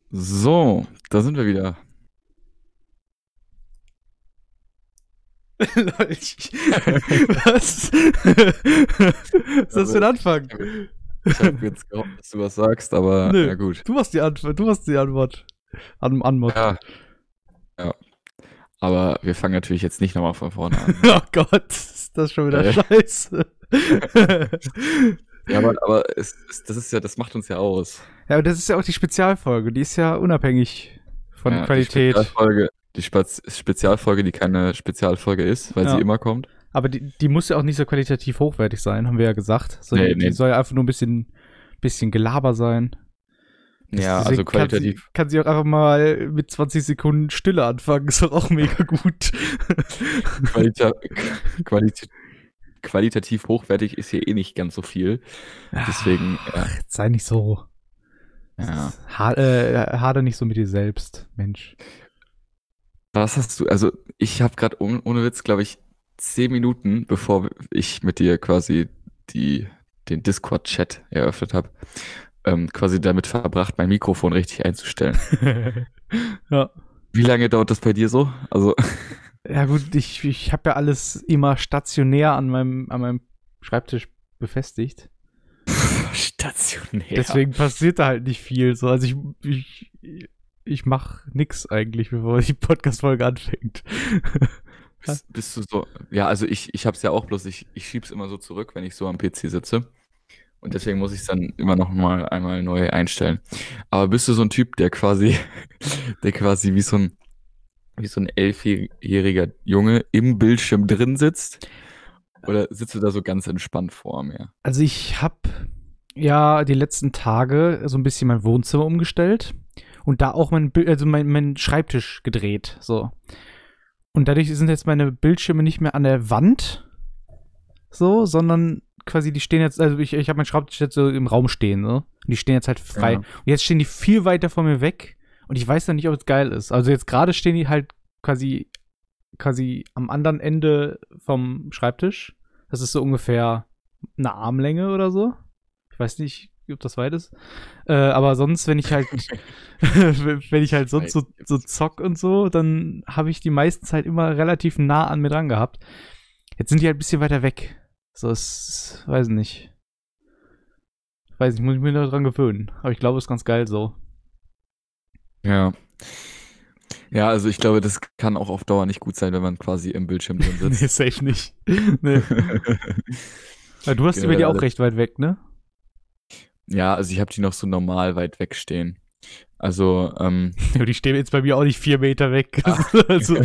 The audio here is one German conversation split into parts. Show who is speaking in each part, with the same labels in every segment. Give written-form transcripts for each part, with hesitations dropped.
Speaker 1: So, da sind wir wieder.
Speaker 2: Lol, was? Was ist das für ein Anfang?
Speaker 1: Ich habe jetzt gehofft, dass du was sagst, aber
Speaker 2: Nö,
Speaker 1: ja gut.
Speaker 2: du machst die Antwort. Du machst die Antwort. Anmod.
Speaker 1: Ja, ja. Aber wir fangen natürlich jetzt nicht nochmal von vorne an.
Speaker 2: Oh Gott, ist das schon wieder scheiße.
Speaker 1: Ja, aber das macht uns ja aus.
Speaker 2: Ja, aber das ist ja auch die Spezialfolge. Die ist ja unabhängig von
Speaker 1: Ja,
Speaker 2: Qualität.
Speaker 1: die Spezialfolge, die keine Spezialfolge ist, weil
Speaker 2: Ja.
Speaker 1: sie immer kommt.
Speaker 2: Aber die muss ja auch nicht so qualitativ hochwertig sein, haben wir ja gesagt. So,
Speaker 1: Nee,
Speaker 2: die
Speaker 1: nee.
Speaker 2: soll ja einfach nur ein bisschen Gelaber sein.
Speaker 1: Ja,
Speaker 2: Deswegen
Speaker 1: also qualitativ.
Speaker 2: kann sie auch einfach mal mit 20 Sekunden Stille anfangen. Ist doch auch mega gut.
Speaker 1: Qualita Qualita qualitativ hochwertig ist hier eh nicht ganz so viel. Deswegen, ja.
Speaker 2: Jetzt sei nicht so.
Speaker 1: Ja.
Speaker 2: Hader nicht so mit dir selbst, Mensch.
Speaker 1: Was hast du, also ich habe gerade ohne Witz, glaube ich, 10 Minuten, bevor ich mit dir quasi den Discord-Chat eröffnet habe, quasi damit verbracht, mein Mikrofon richtig einzustellen.
Speaker 2: Ja.
Speaker 1: Wie lange dauert das bei dir so? Also,
Speaker 2: Ja gut, ich habe ja alles immer stationär an meinem Schreibtisch befestigt.
Speaker 1: stationär.
Speaker 2: Deswegen passiert da halt nicht viel. So. Also ich mache nix eigentlich, bevor die Podcast-Folge anfängt.
Speaker 1: Bist du so, ja, also ich habe es ja auch, bloß ich schieb's immer so zurück, wenn ich so am PC sitze. Und deswegen muss ich es dann immer noch mal einmal neu einstellen. Aber bist du so ein Typ, der quasi wie so ein 11-jähriger Junge im Bildschirm drin sitzt? Oder sitzt du da so ganz entspannt vor mir?
Speaker 2: Also ich habe ja die letzten Tage so ein bisschen mein Wohnzimmer umgestellt und da auch mein Schreibtisch gedreht. So. Und dadurch sind jetzt meine Bildschirme nicht mehr an der Wand, so, sondern quasi die stehen jetzt, also ich habe meinen Schreibtisch jetzt so im Raum stehen, so. Und die stehen jetzt halt frei.
Speaker 1: Ja.
Speaker 2: Und jetzt stehen die viel weiter von mir weg und ich weiß dann nicht, ob es geil ist. Also jetzt gerade stehen die halt quasi am anderen Ende vom Schreibtisch. Das ist so ungefähr eine Armlänge oder so. Ich weiß nicht, ob das weit ist. Aber sonst, wenn ich halt wenn ich halt sonst so zock und so, dann habe ich die meisten Zeit immer relativ nah an mir dran gehabt. Jetzt sind die halt ein bisschen weiter weg. So, weiß nicht. Weiß nicht, muss ich mir noch dran gewöhnen. Aber ich glaube, es ist ganz geil so.
Speaker 1: Ja. Ja, also ich glaube, das kann auch auf Dauer nicht gut sein, wenn man quasi im Bildschirm drin sitzt.
Speaker 2: Nee, safe nicht. Nee. Ja, du hast die bei dir auch recht weit weg, ne?
Speaker 1: Ja, also ich habe die noch so normal weit weg stehen. Also,
Speaker 2: Ja, die stehen jetzt bei mir auch nicht 4 Meter weg. Also.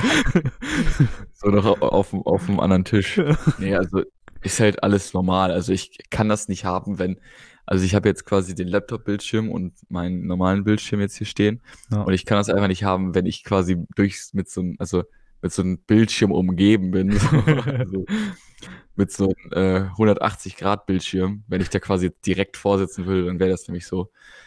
Speaker 1: so noch auf dem anderen Tisch. Nee, also ist halt alles normal. Also ich kann das nicht haben, also ich habe jetzt quasi den Laptop-Bildschirm und meinen normalen Bildschirm jetzt hier stehen.
Speaker 2: Ja.
Speaker 1: Und ich kann das einfach nicht haben, wenn ich quasi mit so einem Bildschirm umgeben bin. Also mit so einem 180-Grad-Bildschirm. Wenn ich da quasi direkt vorsitzen würde, dann wäre das für mich so.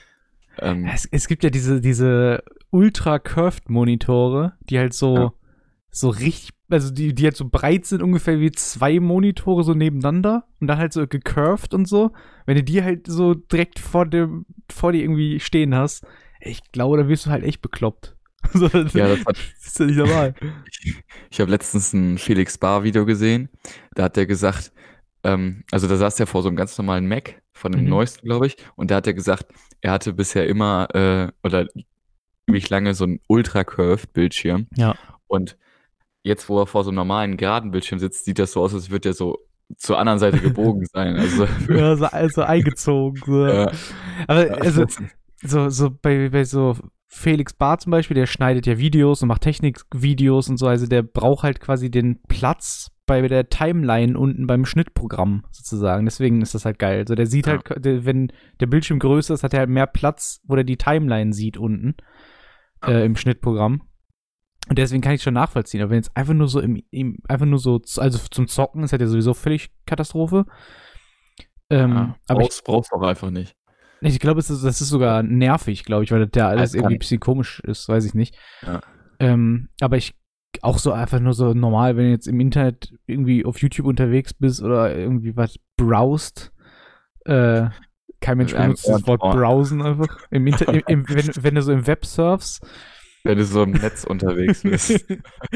Speaker 2: Es gibt ja diese Ultra-Curved-Monitore, die halt so richtig, also die halt so breit sind, ungefähr wie 2 Monitore so nebeneinander und dann halt so gecurved und so. Wenn du die halt so direkt vor dir irgendwie stehen hast, ich glaube, da wirst du halt echt bekloppt. So,
Speaker 1: Ja,
Speaker 2: das ist ja nicht normal.
Speaker 1: Ich habe letztens ein Felix Bar-Video gesehen. Da hat er gesagt, also da saß er vor so einem ganz normalen Mac, von dem neuesten, glaube ich, und da hat er gesagt, er hatte bisher immer oder ziemlich lange so einen Ultra-Curved-Bildschirm.
Speaker 2: Ja.
Speaker 1: Und jetzt, wo er vor so einem normalen, geraden Bildschirm sitzt, sieht das so aus, als würde er so zur anderen Seite gebogen sein. Also,
Speaker 2: Ja, so eingezogen. So.
Speaker 1: Ja.
Speaker 2: Aber also, so bei so Felix Bar zum Beispiel, der schneidet ja Videos und macht Technikvideos und so, also der braucht halt quasi den Platz bei der Timeline unten beim Schnittprogramm sozusagen. Deswegen ist das halt geil. Also der sieht halt, wenn der Bildschirm größer ist, hat er halt mehr Platz, wo der die Timeline sieht unten im Schnittprogramm. Und deswegen kann ich schon nachvollziehen. Aber wenn jetzt einfach nur so also zum Zocken ist halt ja sowieso völlig Katastrophe. Aber
Speaker 1: brauchst du auch einfach nicht.
Speaker 2: ich glaube, das ist sogar nervig, glaube ich, weil der alles irgendwie ein bisschen komisch ist, weiß ich nicht.
Speaker 1: Ja.
Speaker 2: Aber ich auch so einfach nur so normal, wenn du jetzt im Internet irgendwie auf YouTube unterwegs bist oder irgendwie was browst, Kein Mensch
Speaker 1: Mit einem
Speaker 2: benutzt das Wort
Speaker 1: Ohrentor.
Speaker 2: browsen einfach. Wenn du so im Web surfst.
Speaker 1: Wenn du so im Netz unterwegs bist.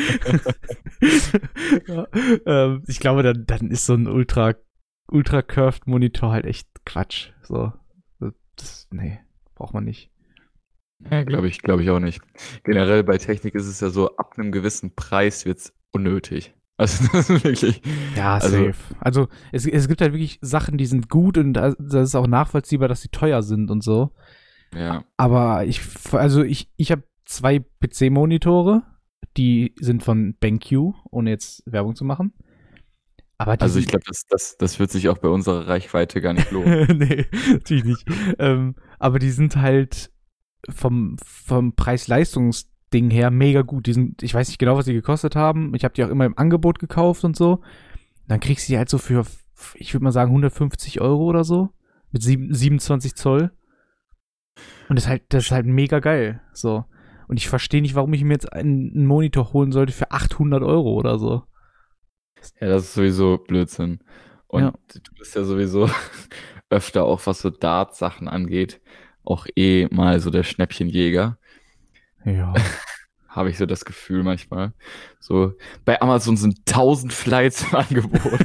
Speaker 2: Ja, ich glaube, dann ist so ein Ultra-Curved Monitor halt echt Quatsch. So, nee, braucht man nicht.
Speaker 1: Ja, glaube ich auch nicht. Generell bei Technik ist es ja so, ab einem gewissen Preis wird's unnötig. Also das ist wirklich,
Speaker 2: Ja,
Speaker 1: also
Speaker 2: safe. Also es gibt halt wirklich Sachen, die sind gut und das ist auch nachvollziehbar, dass sie teuer sind und so.
Speaker 1: ja.
Speaker 2: Aber ich habe 2 PC-Monitore, die sind von BenQ, ohne jetzt Werbung zu machen. Aber die
Speaker 1: Also ich
Speaker 2: sind,
Speaker 1: glaube, das wird sich auch bei unserer Reichweite gar nicht lohnen.
Speaker 2: nee, natürlich nicht. Aber die sind halt vom Preis-Leistungs-Ding her mega gut. Die sind, ich weiß nicht genau, was die gekostet haben. Ich habe die auch immer im Angebot gekauft und so. Dann kriegst du die halt so für, ich würde mal sagen, 150 Euro oder so. Mit 27 Zoll. Und das ist halt mega geil. So. Und ich verstehe nicht, warum ich mir jetzt einen Monitor holen sollte für 800 Euro oder so.
Speaker 1: Ja, das ist sowieso Blödsinn. Und
Speaker 2: Ja.
Speaker 1: du bist ja sowieso öfter auch, was so Dart-Sachen angeht, auch mal so der Schnäppchenjäger.
Speaker 2: Ja.
Speaker 1: Habe ich so das Gefühl manchmal. So, bei Amazon sind 1000 Flights im Angebot.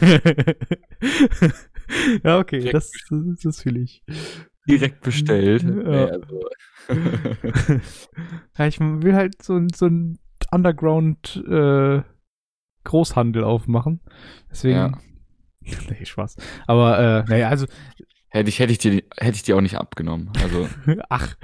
Speaker 2: Ja, okay, das fühle ich.
Speaker 1: Direkt bestellt.
Speaker 2: Ja.
Speaker 1: Nee, also.
Speaker 2: Ja, ich will halt so ein Underground Großhandel aufmachen. Deswegen.
Speaker 1: Ja.
Speaker 2: Nee, Spaß. Aber, naja, also.
Speaker 1: Hätte ich dir auch nicht abgenommen. Also,
Speaker 2: Ach.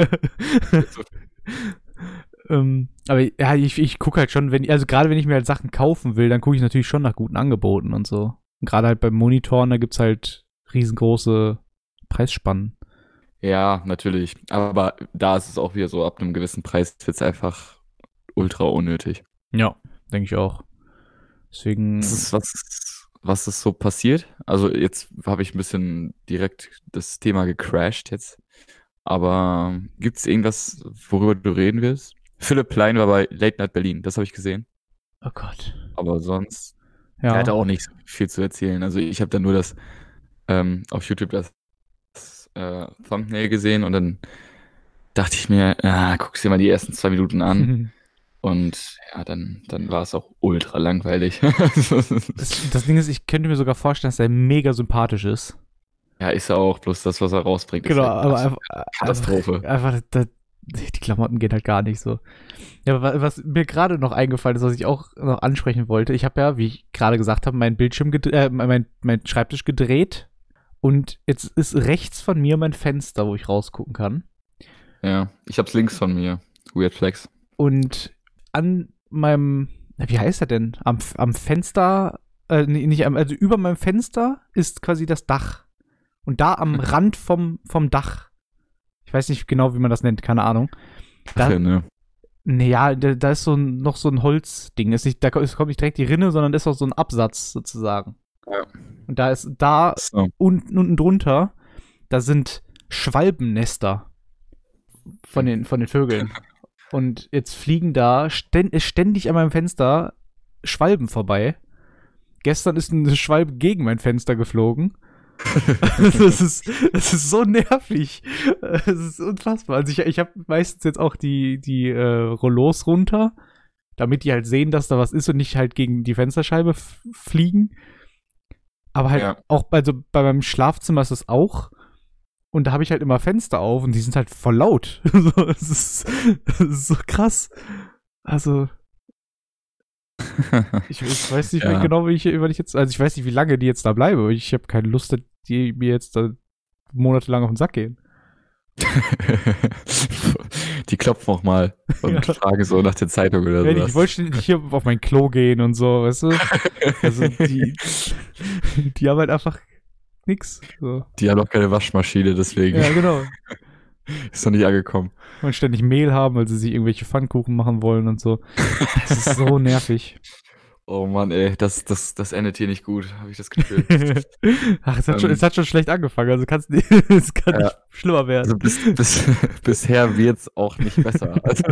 Speaker 2: Aber ja, ich gucke halt schon, also gerade wenn ich mir halt Sachen kaufen will, dann gucke ich natürlich schon nach guten Angeboten und so. Und gerade halt beim Monitoren, da gibt's halt riesengroße Preisspannen.
Speaker 1: ja, natürlich. Aber da ist es auch wieder so, ab einem gewissen Preis wird es einfach ultra unnötig.
Speaker 2: Ja, denke ich auch. Deswegen.
Speaker 1: Was ist so passiert? Also jetzt habe ich ein bisschen direkt das Thema gecrashed jetzt. Aber gibt es irgendwas, worüber du reden willst? Philipp Plein war bei Late Night Berlin, das habe ich gesehen.
Speaker 2: Oh Gott.
Speaker 1: Aber sonst,
Speaker 2: Ja.
Speaker 1: er hatte auch nicht so viel zu erzählen. Also ich habe dann nur das auf YouTube das Thumbnail gesehen und dann dachte ich mir, guck's dir mal die ersten 2 Minuten an. Und ja, dann war es auch ultra langweilig.
Speaker 2: Das Ding ist, ich könnte mir sogar vorstellen, dass er mega sympathisch ist.
Speaker 1: Ja, ist ja auch bloß das, was er rausbringt.
Speaker 2: Genau,
Speaker 1: ist halt
Speaker 2: aber
Speaker 1: Katastrophe.
Speaker 2: Einfach die Klamotten gehen halt gar nicht so. Ja, aber was mir gerade noch eingefallen ist, was ich auch noch ansprechen wollte, ich habe ja, wie ich gerade gesagt habe, meinen Bildschirm mein Schreibtisch gedreht und jetzt ist rechts von mir mein Fenster, wo ich rausgucken kann.
Speaker 1: Ja, ich hab's links von mir. Weird Flex.
Speaker 2: Und an meinem, wie heißt er denn? Am Fenster, also über meinem Fenster ist quasi das Dach. Und da am Rand vom Dach, ich weiß nicht genau, wie man das nennt, keine Ahnung. Naja, da ist noch so ein Holzding. Da kommt nicht direkt die Rinne, sondern ist auch so ein Absatz sozusagen.
Speaker 1: Ja.
Speaker 2: Und da
Speaker 1: So.
Speaker 2: unten drunter, da sind Schwalbennester von den Vögeln. Und jetzt fliegen da ständig an meinem Fenster Schwalben vorbei. Gestern ist eine Schwalbe gegen mein Fenster geflogen. Das ist so nervig. Das ist unfassbar. Also ich habe meistens jetzt auch die Rollos runter, damit die halt sehen, dass da was ist und nicht halt gegen die Fensterscheibe fliegen. Aber halt auch, also bei meinem Schlafzimmer ist es auch. Und da habe ich halt immer Fenster auf und die sind halt voll laut. Das ist so krass. Also ich weiß nicht mehr genau, wie ich jetzt, also ich weiß nicht, wie lange die jetzt da bleibe, aber ich habe keine Lust, die mir jetzt da monatelang auf den Sack gehen.
Speaker 1: Die klopfen auch mal und fragen so nach der Zeitung oder so.
Speaker 2: Ich wollte nicht hier auf mein Klo gehen und so, weißt du? Also die haben halt einfach nix. So.
Speaker 1: Die haben auch keine Waschmaschine, deswegen.
Speaker 2: Ja, genau.
Speaker 1: Ist noch nicht angekommen.
Speaker 2: Und ständig Mehl haben, weil sie sich irgendwelche Pfannkuchen machen wollen und so. Das ist so nervig.
Speaker 1: Oh Mann, ey, das endet hier nicht gut, habe ich das Gefühl.
Speaker 2: Ach, es hat schon schlecht angefangen, also es kann nicht schlimmer werden.
Speaker 1: Also bisher wird's auch nicht besser. Also,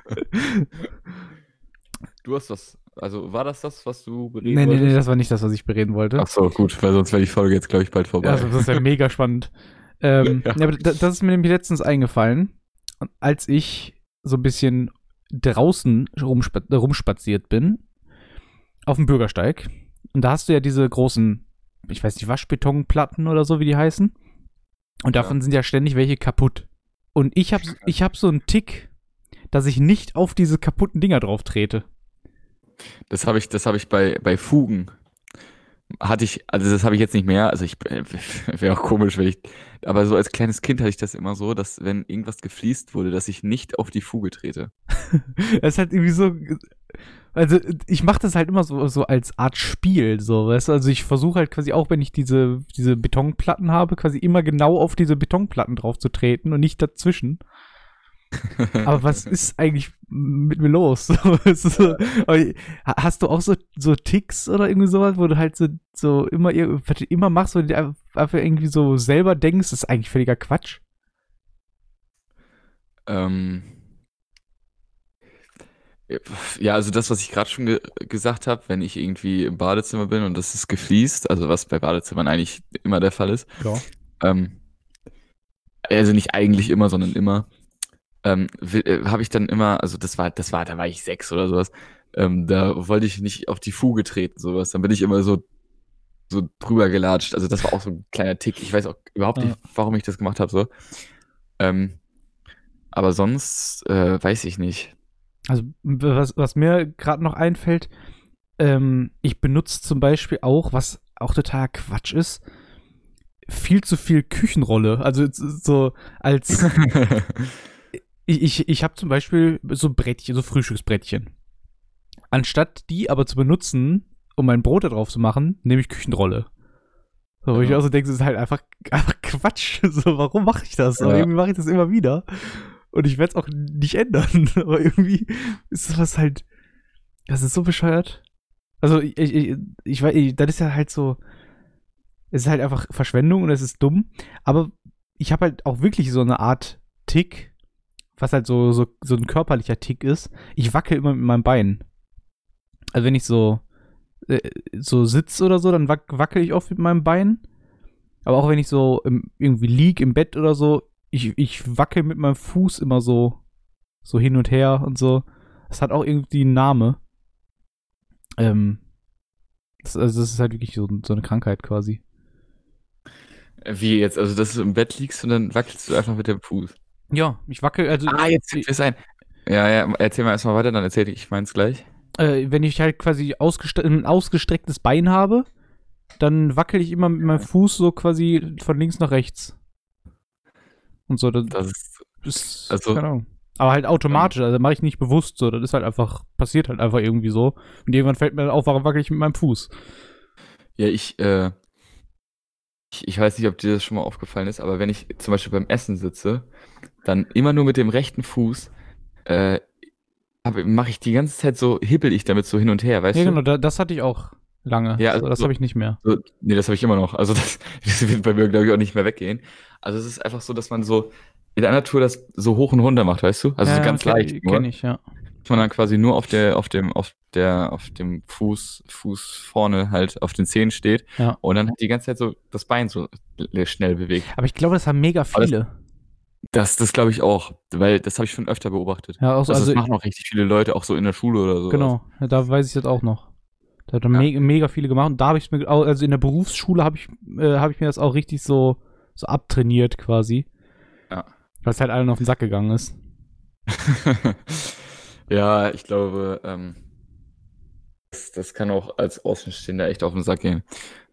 Speaker 1: du hast also war das, was du bereden wolltest?
Speaker 2: Nee, das war nicht das, was ich bereden wollte.
Speaker 1: Ach so, gut, weil sonst wäre die Folge jetzt, glaube ich, bald vorbei.
Speaker 2: Also das ist ja mega spannend.
Speaker 1: Ja.
Speaker 2: Ja, aber das ist mir nämlich letztens eingefallen, als ich so ein bisschen draußen rumspaziert bin, auf dem Bürgersteig. Und da hast du ja diese großen, ich weiß nicht, Waschbetonplatten oder so, wie die heißen. Und davon sind ja ständig welche kaputt. Und ich hab so einen Tick, dass ich nicht auf diese kaputten Dinger drauf trete.
Speaker 1: Das hab ich bei Fugen. Also das habe ich jetzt nicht mehr. Also wäre auch komisch, aber so als kleines Kind hatte ich das immer so, dass wenn irgendwas gefliest wurde, dass ich nicht auf die Fuge trete.
Speaker 2: Das ist halt irgendwie so. Also, ich mache das halt immer so als Art Spiel, so, weißt du? Also, ich versuche halt quasi auch, wenn ich diese Betonplatten habe, quasi immer genau auf diese Betonplatten drauf zu treten und nicht dazwischen. Aber was ist eigentlich mit mir los? So, hast du auch so Ticks oder irgendwie sowas, wo du halt so immer machst, wo du einfach irgendwie so selber denkst, das ist eigentlich völliger Quatsch?
Speaker 1: Ähm, ja, also das, was ich gerade schon gesagt habe, wenn ich irgendwie im Badezimmer bin und das ist gefliest, also was bei Badezimmern eigentlich immer der Fall ist,
Speaker 2: Ja.
Speaker 1: ähm, also nicht eigentlich immer, sondern immer, habe ich dann immer, also da war ich 6 oder sowas, da wollte ich nicht auf die Fuge treten, sowas, dann bin ich immer so drüber gelatscht, also das war auch so ein kleiner Tick, ich weiß auch überhaupt nicht, warum ich das gemacht habe, so, ähm, aber sonst, weiß ich nicht.
Speaker 2: Also, was mir gerade noch einfällt, ich benutze zum Beispiel auch, was auch total Quatsch ist, viel zu viel Küchenrolle. Also so als ich habe zum Beispiel so Brettchen, so Frühstücksbrettchen. Anstatt die aber zu benutzen, um mein Brot da drauf zu machen, nehme ich Küchenrolle. So, wo ich auch so denke, das ist halt einfach Quatsch. So, warum mache ich das? Aber irgendwie mache ich das immer wieder. Und ich werde es auch nicht ändern. Aber irgendwie ist das halt, das ist so bescheuert. Also, ich weiß, das ist ja halt so, es ist halt einfach Verschwendung und es ist dumm. Aber ich habe halt auch wirklich so eine Art Tick, was halt so ein körperlicher Tick ist. Ich wackel immer mit meinem Bein. Also, wenn ich so sitze oder so, dann wackel ich oft mit meinem Bein. Aber auch wenn ich so irgendwie lieg im Bett oder so, ich wackel mit meinem Fuß immer so hin und her und so. Das hat auch irgendwie einen Namen. Das ist halt wirklich so eine Krankheit quasi.
Speaker 1: Wie jetzt? Also, dass du im Bett liegst und dann wackelst du einfach mit dem Fuß.
Speaker 2: Ja, ich wackel, also.
Speaker 1: Jetzt fällt mir's ein. Ja, erzähl mal erstmal weiter, dann erzähl ich meins gleich.
Speaker 2: Wenn ich halt quasi ein ausgestrecktes Bein habe, dann wackel ich immer mit meinem Fuß so quasi von links nach rechts. Und so,
Speaker 1: Das
Speaker 2: ist
Speaker 1: also,
Speaker 2: keine Ahnung. Aber halt automatisch, also mache ich nicht bewusst so. Das ist halt einfach, passiert halt einfach irgendwie so. Und irgendwann fällt mir dann auf, warum wackel ich mit meinem Fuß?
Speaker 1: ja, ich weiß nicht, ob dir das schon mal aufgefallen ist, aber wenn ich zum Beispiel beim Essen sitze, dann immer nur mit dem rechten Fuß, mache ich die ganze Zeit so, hibbel ich damit so hin und her, weißt
Speaker 2: Ja,
Speaker 1: du?
Speaker 2: genau, das hatte ich auch lange.
Speaker 1: Ja,
Speaker 2: So, das habe ich nicht mehr.
Speaker 1: nee, das habe ich immer noch. Also das wird bei mir, glaube ich, auch nicht mehr weggehen. Also es ist einfach so, dass man so in der Natur das so hoch und runter macht, weißt du? Also so ganz leicht nur.
Speaker 2: Kenn ich, ja.
Speaker 1: Dass man dann quasi nur auf dem Fuß vorne halt auf den Zehen steht
Speaker 2: Ja.
Speaker 1: und dann halt die ganze Zeit so das Bein so schnell bewegt.
Speaker 2: Aber ich glaube, das haben mega viele.
Speaker 1: Das glaube ich auch, weil das habe ich schon öfter beobachtet.
Speaker 2: Ja, auch so,
Speaker 1: Also das machen auch richtig viele Leute, auch so in der Schule oder so.
Speaker 2: Genau, ja, da weiß ich das auch noch. Da hat
Speaker 1: Ja.
Speaker 2: mega viele gemacht. Und da habe ich mir, also in der Berufsschule habe ich mir das auch richtig so abtrainiert quasi.
Speaker 1: Ja.
Speaker 2: Weil es halt allen auf den Sack gegangen ist.
Speaker 1: Ja, ich glaube, das kann auch als Außenstehender echt auf den Sack gehen.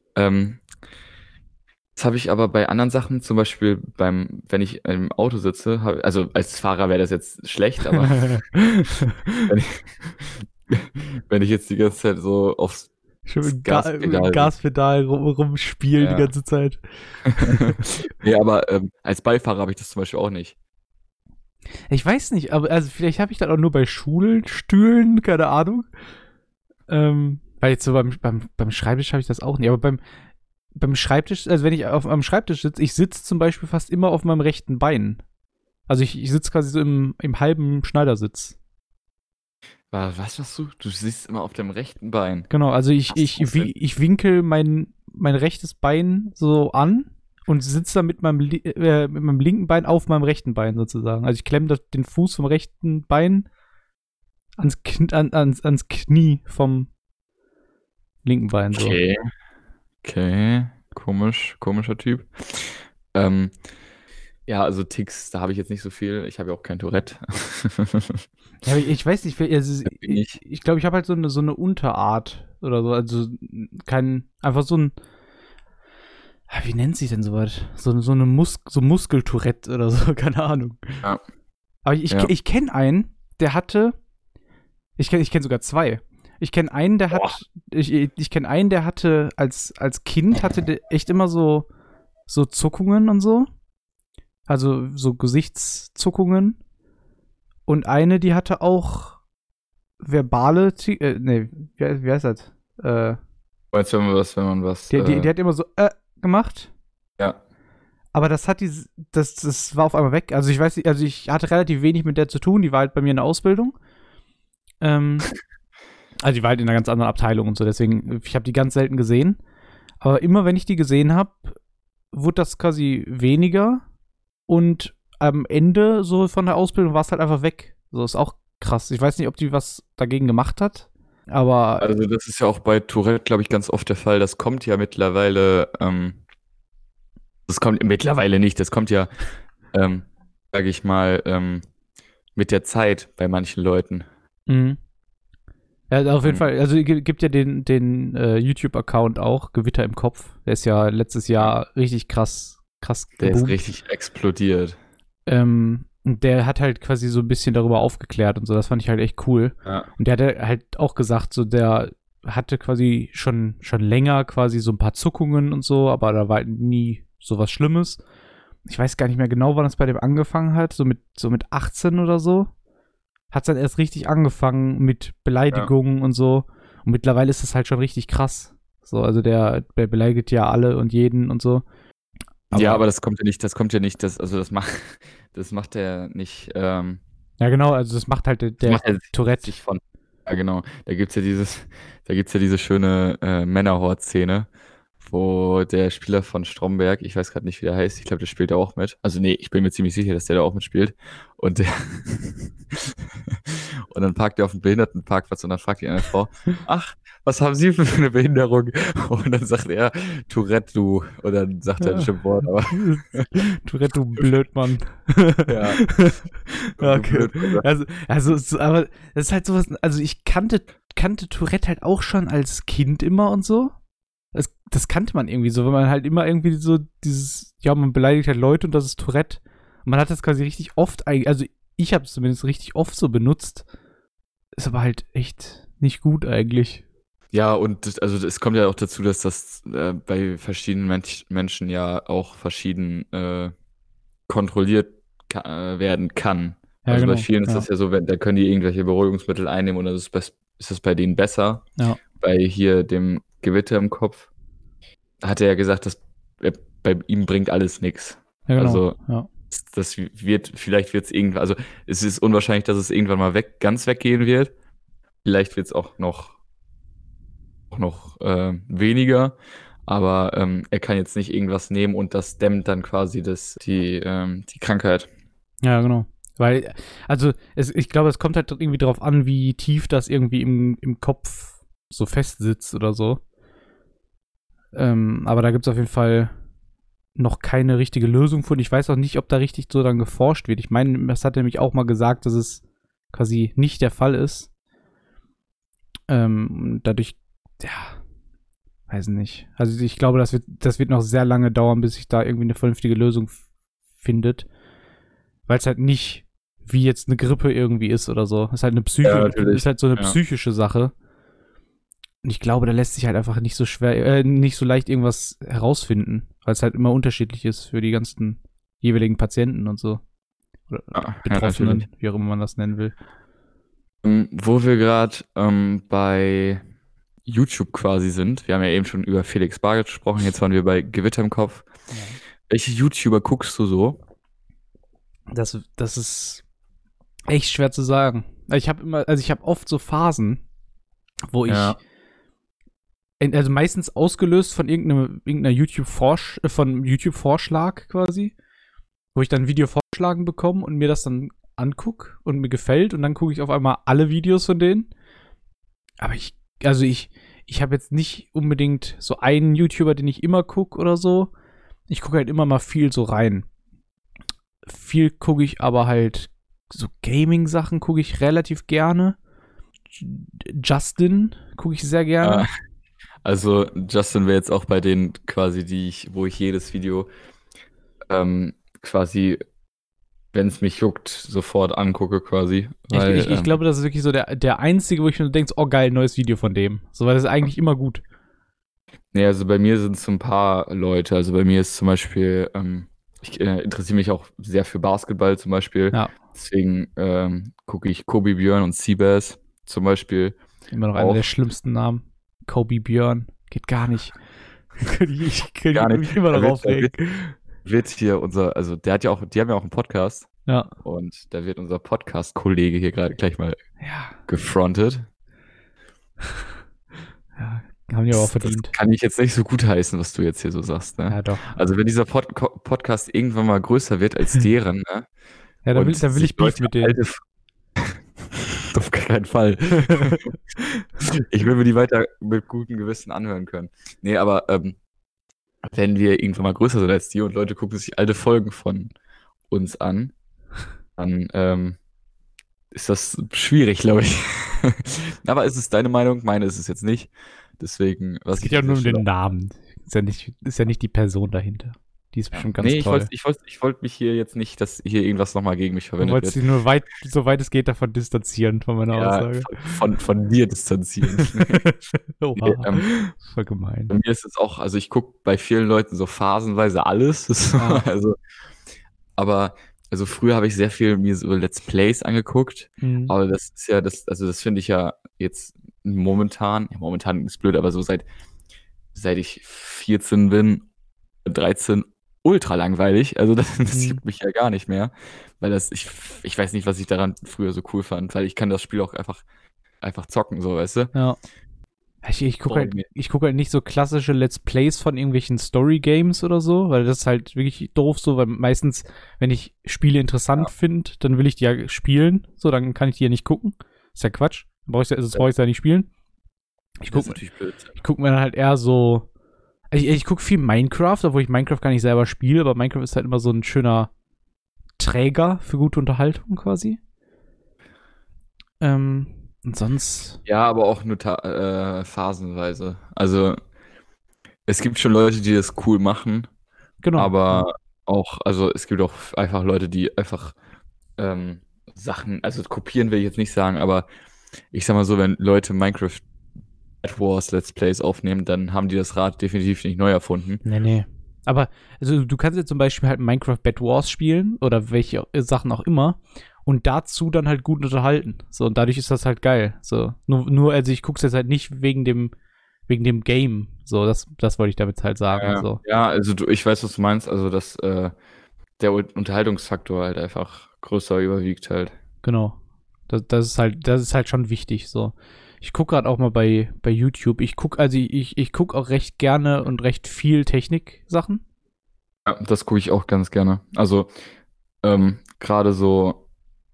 Speaker 1: Das habe ich aber bei anderen Sachen, zum Beispiel wenn ich im Auto sitze, also als Fahrer wäre das jetzt schlecht, aber wenn ich, wenn ich jetzt die ganze Zeit so aufs
Speaker 2: Schon mit
Speaker 1: Gaspedal.
Speaker 2: Gaspedal rumspielen
Speaker 1: Ja.
Speaker 2: die ganze Zeit.
Speaker 1: Nee, aber als Beifahrer habe ich das zum Beispiel auch nicht.
Speaker 2: Ich weiß nicht, aber also vielleicht habe ich das auch nur bei Schulstühlen, keine Ahnung. Weil jetzt so beim Schreibtisch habe ich das auch nicht. Aber beim Schreibtisch, also wenn ich am Schreibtisch sitze, ich sitze zum Beispiel fast immer auf meinem rechten Bein. Also ich sitze quasi so im halben Schneidersitz.
Speaker 1: Was machst du? Du sitzt immer auf dem rechten Bein.
Speaker 2: Genau, also ich
Speaker 1: Was ist das denn?
Speaker 2: winkel mein rechtes Bein so an und sitze dann mit meinem linken Bein auf meinem rechten Bein sozusagen. Also ich klemme den Fuß vom rechten Bein ans Knie vom linken Bein. So.
Speaker 1: Okay. Komischer Typ. Ja, also Ticks, da habe ich jetzt nicht so viel. Ich habe ja auch kein Tourette.
Speaker 2: Ja, aber ich weiß nicht, also
Speaker 1: Bin ich.
Speaker 2: ich glaube, ich habe halt so eine Unterart oder so. Also einfach so ein, wie nennt sich denn sowas? So eine Muskeltourette oder so, keine Ahnung.
Speaker 1: Ja.
Speaker 2: Aber
Speaker 1: Ja.
Speaker 2: ich kenne einen, der hatte, ich kenn sogar zwei. Ich kenne einen, der hat, ich kenne einen, der hatte als Kind hatte der echt immer so Zuckungen und so. Also so Gesichtszuckungen. Und eine, die hatte auch verbale, wie heißt das?
Speaker 1: Weißt du, wenn man was.
Speaker 2: Die hat immer so gemacht.
Speaker 1: Ja.
Speaker 2: Aber das war auf einmal weg. Also ich weiß nicht, also ich hatte relativ wenig mit der zu tun. Die war halt bei mir in der Ausbildung. Also die war halt in einer ganz anderen Abteilung und so. Deswegen, ich habe die ganz selten gesehen. Aber immer, wenn ich die gesehen habe, wurde das quasi weniger. Und am Ende so von der Ausbildung war es halt einfach weg. So ist auch krass. Ich weiß nicht, ob die was dagegen gemacht hat. Aber
Speaker 1: Also das ist ja auch bei Tourette, glaube ich, ganz oft der Fall. Das kommt ja mittlerweile, das kommt mittlerweile nicht, das kommt ja, sage ich mal, mit der Zeit bei manchen Leuten.
Speaker 2: Ja, auf jeden Fall. Also gibt ja den YouTube-Account auch, Gewitter im Kopf. Der ist ja letztes Jahr richtig krass
Speaker 1: Der ist
Speaker 2: geboomt.
Speaker 1: richtig explodiert.
Speaker 2: Und der hat halt quasi so ein bisschen darüber aufgeklärt und so. Das fand ich halt echt cool.
Speaker 1: Ja.
Speaker 2: Und der hat halt auch gesagt, so der hatte quasi schon länger quasi so ein paar Zuckungen und so, aber da war halt nie so was Schlimmes. Ich weiß gar nicht mehr genau, wann das bei dem angefangen hat. So mit 18 oder so. Hat es dann erst richtig angefangen mit Beleidigungen und so. Und mittlerweile ist das halt schon richtig krass. So, also der beleidigt ja alle und jeden und so.
Speaker 1: Aber das kommt ja nicht, das macht er nicht,
Speaker 2: ja, genau, also das macht halt der
Speaker 1: macht er
Speaker 2: Tourette.
Speaker 1: sich von. Ja, genau. Da gibt's ja diese schöne Männerhort-Szene, wo der Spieler von Stromberg, ich weiß gerade nicht, wie der heißt, ich glaube, der spielt da auch mit. Also nee, ich bin mir ziemlich sicher, dass der da auch mitspielt. Und und dann parkt er auf dem Behindertenparkplatz und dann fragt ihn eine Frau, ach, was haben Sie für eine Behinderung? Und dann sagt er, Tourette, du. Und dann sagt er ein Schimpfwort, aber.
Speaker 2: Tourette, du Blödmann.
Speaker 1: Ja.
Speaker 2: Okay. Aber das ist halt sowas, also ich kannte Tourette halt auch schon als Kind immer und so. Das kannte man irgendwie so, wenn man halt immer irgendwie so dieses, ja, man beleidigt halt Leute und das ist Tourette. Und man hat das quasi richtig oft, also ich habe es zumindest richtig oft so benutzt. Ist aber halt echt nicht gut eigentlich.
Speaker 1: Ja, und es kommt ja auch dazu, dass das bei verschiedenen Menschen ja auch verschieden kontrolliert werden kann.
Speaker 2: Ja,
Speaker 1: also
Speaker 2: genau,
Speaker 1: bei vielen ist das ja so, da können die irgendwelche Beruhigungsmittel einnehmen und dann ist das bei denen besser.
Speaker 2: Ja.
Speaker 1: Bei hier dem Gewitter im Kopf hat er ja gesagt, dass bei ihm bringt alles nichts.
Speaker 2: Ja, genau.
Speaker 1: Also
Speaker 2: ja.
Speaker 1: vielleicht wird es irgendwann, also es ist unwahrscheinlich, dass es irgendwann mal ganz weggehen wird. Vielleicht wird es auch noch weniger, aber er kann jetzt nicht irgendwas nehmen und das dämmt dann quasi die Krankheit.
Speaker 2: Ja, genau. Weil, also ich glaube, es kommt halt irgendwie darauf an, wie tief das irgendwie im Kopf so fest sitzt oder so. Aber da gibt es auf jeden Fall noch keine richtige Lösung für. Und ich weiß auch nicht, ob da richtig so dann geforscht wird. Ich meine, das hat er nämlich auch mal gesagt, dass es quasi nicht der Fall ist. Dadurch, ja, weiß nicht. Also ich glaube, das wird noch sehr lange dauern, bis sich da irgendwie eine vernünftige Lösung findet. Weil es halt nicht wie jetzt eine Grippe irgendwie ist oder so. Es ist halt ist halt so eine psychische Sache. Und ich glaube, da lässt sich halt einfach nicht so nicht so leicht irgendwas herausfinden, weil es halt immer unterschiedlich ist für die ganzen jeweiligen Patienten und so. Oder Betroffenen, wie auch immer man das nennen will.
Speaker 1: Wo wir gerade bei YouTube quasi sind, wir haben ja eben schon über Felix Bargeld gesprochen, jetzt waren wir bei Gewitter im Kopf. Ja. Welche YouTuber guckst du so?
Speaker 2: Das ist echt schwer zu sagen. Ich habe oft so Phasen, wo ich Also meistens ausgelöst von irgendeiner YouTube-Vorschlag quasi, wo ich dann ein Video vorgeschlagen bekomme und mir das dann angucke und mir gefällt und dann gucke ich auf einmal alle Videos von denen. Aber ich habe jetzt nicht unbedingt so einen YouTuber, den ich immer gucke oder so. Ich gucke halt immer mal viel so rein. Viel gucke ich aber halt so Gaming-Sachen gucke ich relativ gerne. Justin gucke ich sehr gerne.
Speaker 1: Also Justin wäre jetzt auch bei denen quasi, wo ich jedes Video quasi, wenn es mich juckt, sofort angucke quasi. Weil,
Speaker 2: Ich glaube, das ist wirklich so der einzige, wo ich mir denke, oh geil, neues Video von dem. So, weil das ist eigentlich immer gut.
Speaker 1: Nee, also bei mir sind es so ein paar Leute. Also bei mir ist zum Beispiel, ich interessiere mich auch sehr für Basketball zum Beispiel.
Speaker 2: Ja.
Speaker 1: Deswegen gucke ich Kobe Björn und Seabass zum Beispiel.
Speaker 2: Immer noch einer der schlimmsten Namen. Kobe Björn. Geht gar nicht. Ich kann mich immer noch aufregen.
Speaker 1: Wird hier die haben ja auch einen Podcast.
Speaker 2: Ja.
Speaker 1: Und da wird unser Podcast-Kollege hier gerade gleich mal gefrontet.
Speaker 2: Ja, haben die aber auch verdient.
Speaker 1: Das kann ich jetzt nicht so gut heißen, was du jetzt hier so sagst, ne?
Speaker 2: Ja, doch.
Speaker 1: Also wenn dieser Podcast irgendwann mal größer wird als deren, ne?
Speaker 2: Ja, dann will ich Beef mit denen.
Speaker 1: Auf keinen Fall. Ich will mir die weiter mit gutem Gewissen anhören können. Nee, aber wenn wir irgendwann mal größer sind als die und Leute gucken sich alte Folgen von uns an, dann ist das schwierig, glaube ich. Aber ist es deine Meinung? Meine ist es jetzt nicht. Deswegen,
Speaker 2: es geht ja nur um den Namen. Ist ja nicht die Person dahinter. Die ist bestimmt ganz toll.
Speaker 1: Ich wollte mich hier jetzt nicht, dass hier irgendwas nochmal gegen mich verwendet wird.
Speaker 2: Du wolltest dich nur so weit es geht davon distanzieren, von meiner Aussage.
Speaker 1: Von dir distanzieren.
Speaker 2: Oha, voll gemein.
Speaker 1: Bei mir ist es auch, also ich gucke bei vielen Leuten so phasenweise alles. Aber früher habe ich sehr viel mir so Let's Plays angeguckt. Aber das ist ja, das finde ich ja jetzt momentan ist blöd, aber so seit ich 14 bin, 13, ultra langweilig. Also das juckt mich ja gar nicht mehr. Weil ich weiß nicht, was ich daran früher so cool fand, weil ich kann das Spiel auch einfach zocken, so, weißt du?
Speaker 2: Ja. Ich gucke halt nicht so klassische Let's Plays von irgendwelchen Story-Games oder so, weil das ist halt wirklich doof so, weil meistens, wenn ich Spiele interessant finde, dann will ich die ja spielen, so, dann kann ich die ja nicht gucken. Ist ja Quatsch. Brauche ich ja nicht spielen. Ich gucke mir dann halt eher so, ich gucke viel Minecraft, obwohl ich Minecraft gar nicht selber spiele, aber Minecraft ist halt immer so ein schöner Träger für gute Unterhaltung quasi. Und sonst.
Speaker 1: Ja, aber auch nur phasenweise. Also, es gibt schon Leute, die das cool machen.
Speaker 2: Genau.
Speaker 1: Aber auch, also es gibt auch einfach Leute, die einfach Sachen, also kopieren will ich jetzt nicht sagen, aber ich sag mal so, wenn Leute Minecraft Bed Wars Let's Plays aufnehmen, dann haben die das Rad definitiv nicht neu erfunden.
Speaker 2: Nee. Aber also du kannst jetzt zum Beispiel halt Minecraft Bed Wars spielen oder welche Sachen auch immer und dazu dann halt gut unterhalten. So, und dadurch ist das halt geil. So, nur also ich guck's jetzt halt nicht wegen dem Game. So, das wollte ich damit halt sagen.
Speaker 1: Ja,
Speaker 2: so.
Speaker 1: Ja, also ich weiß, was du meinst, also dass der Unterhaltungsfaktor halt einfach größer überwiegt halt.
Speaker 2: Genau. Das ist halt schon wichtig. So. Ich gucke gerade auch mal bei YouTube. Ich gucke auch recht gerne und recht viel Technik-Sachen.
Speaker 1: Ja, das gucke ich auch ganz gerne. Also gerade so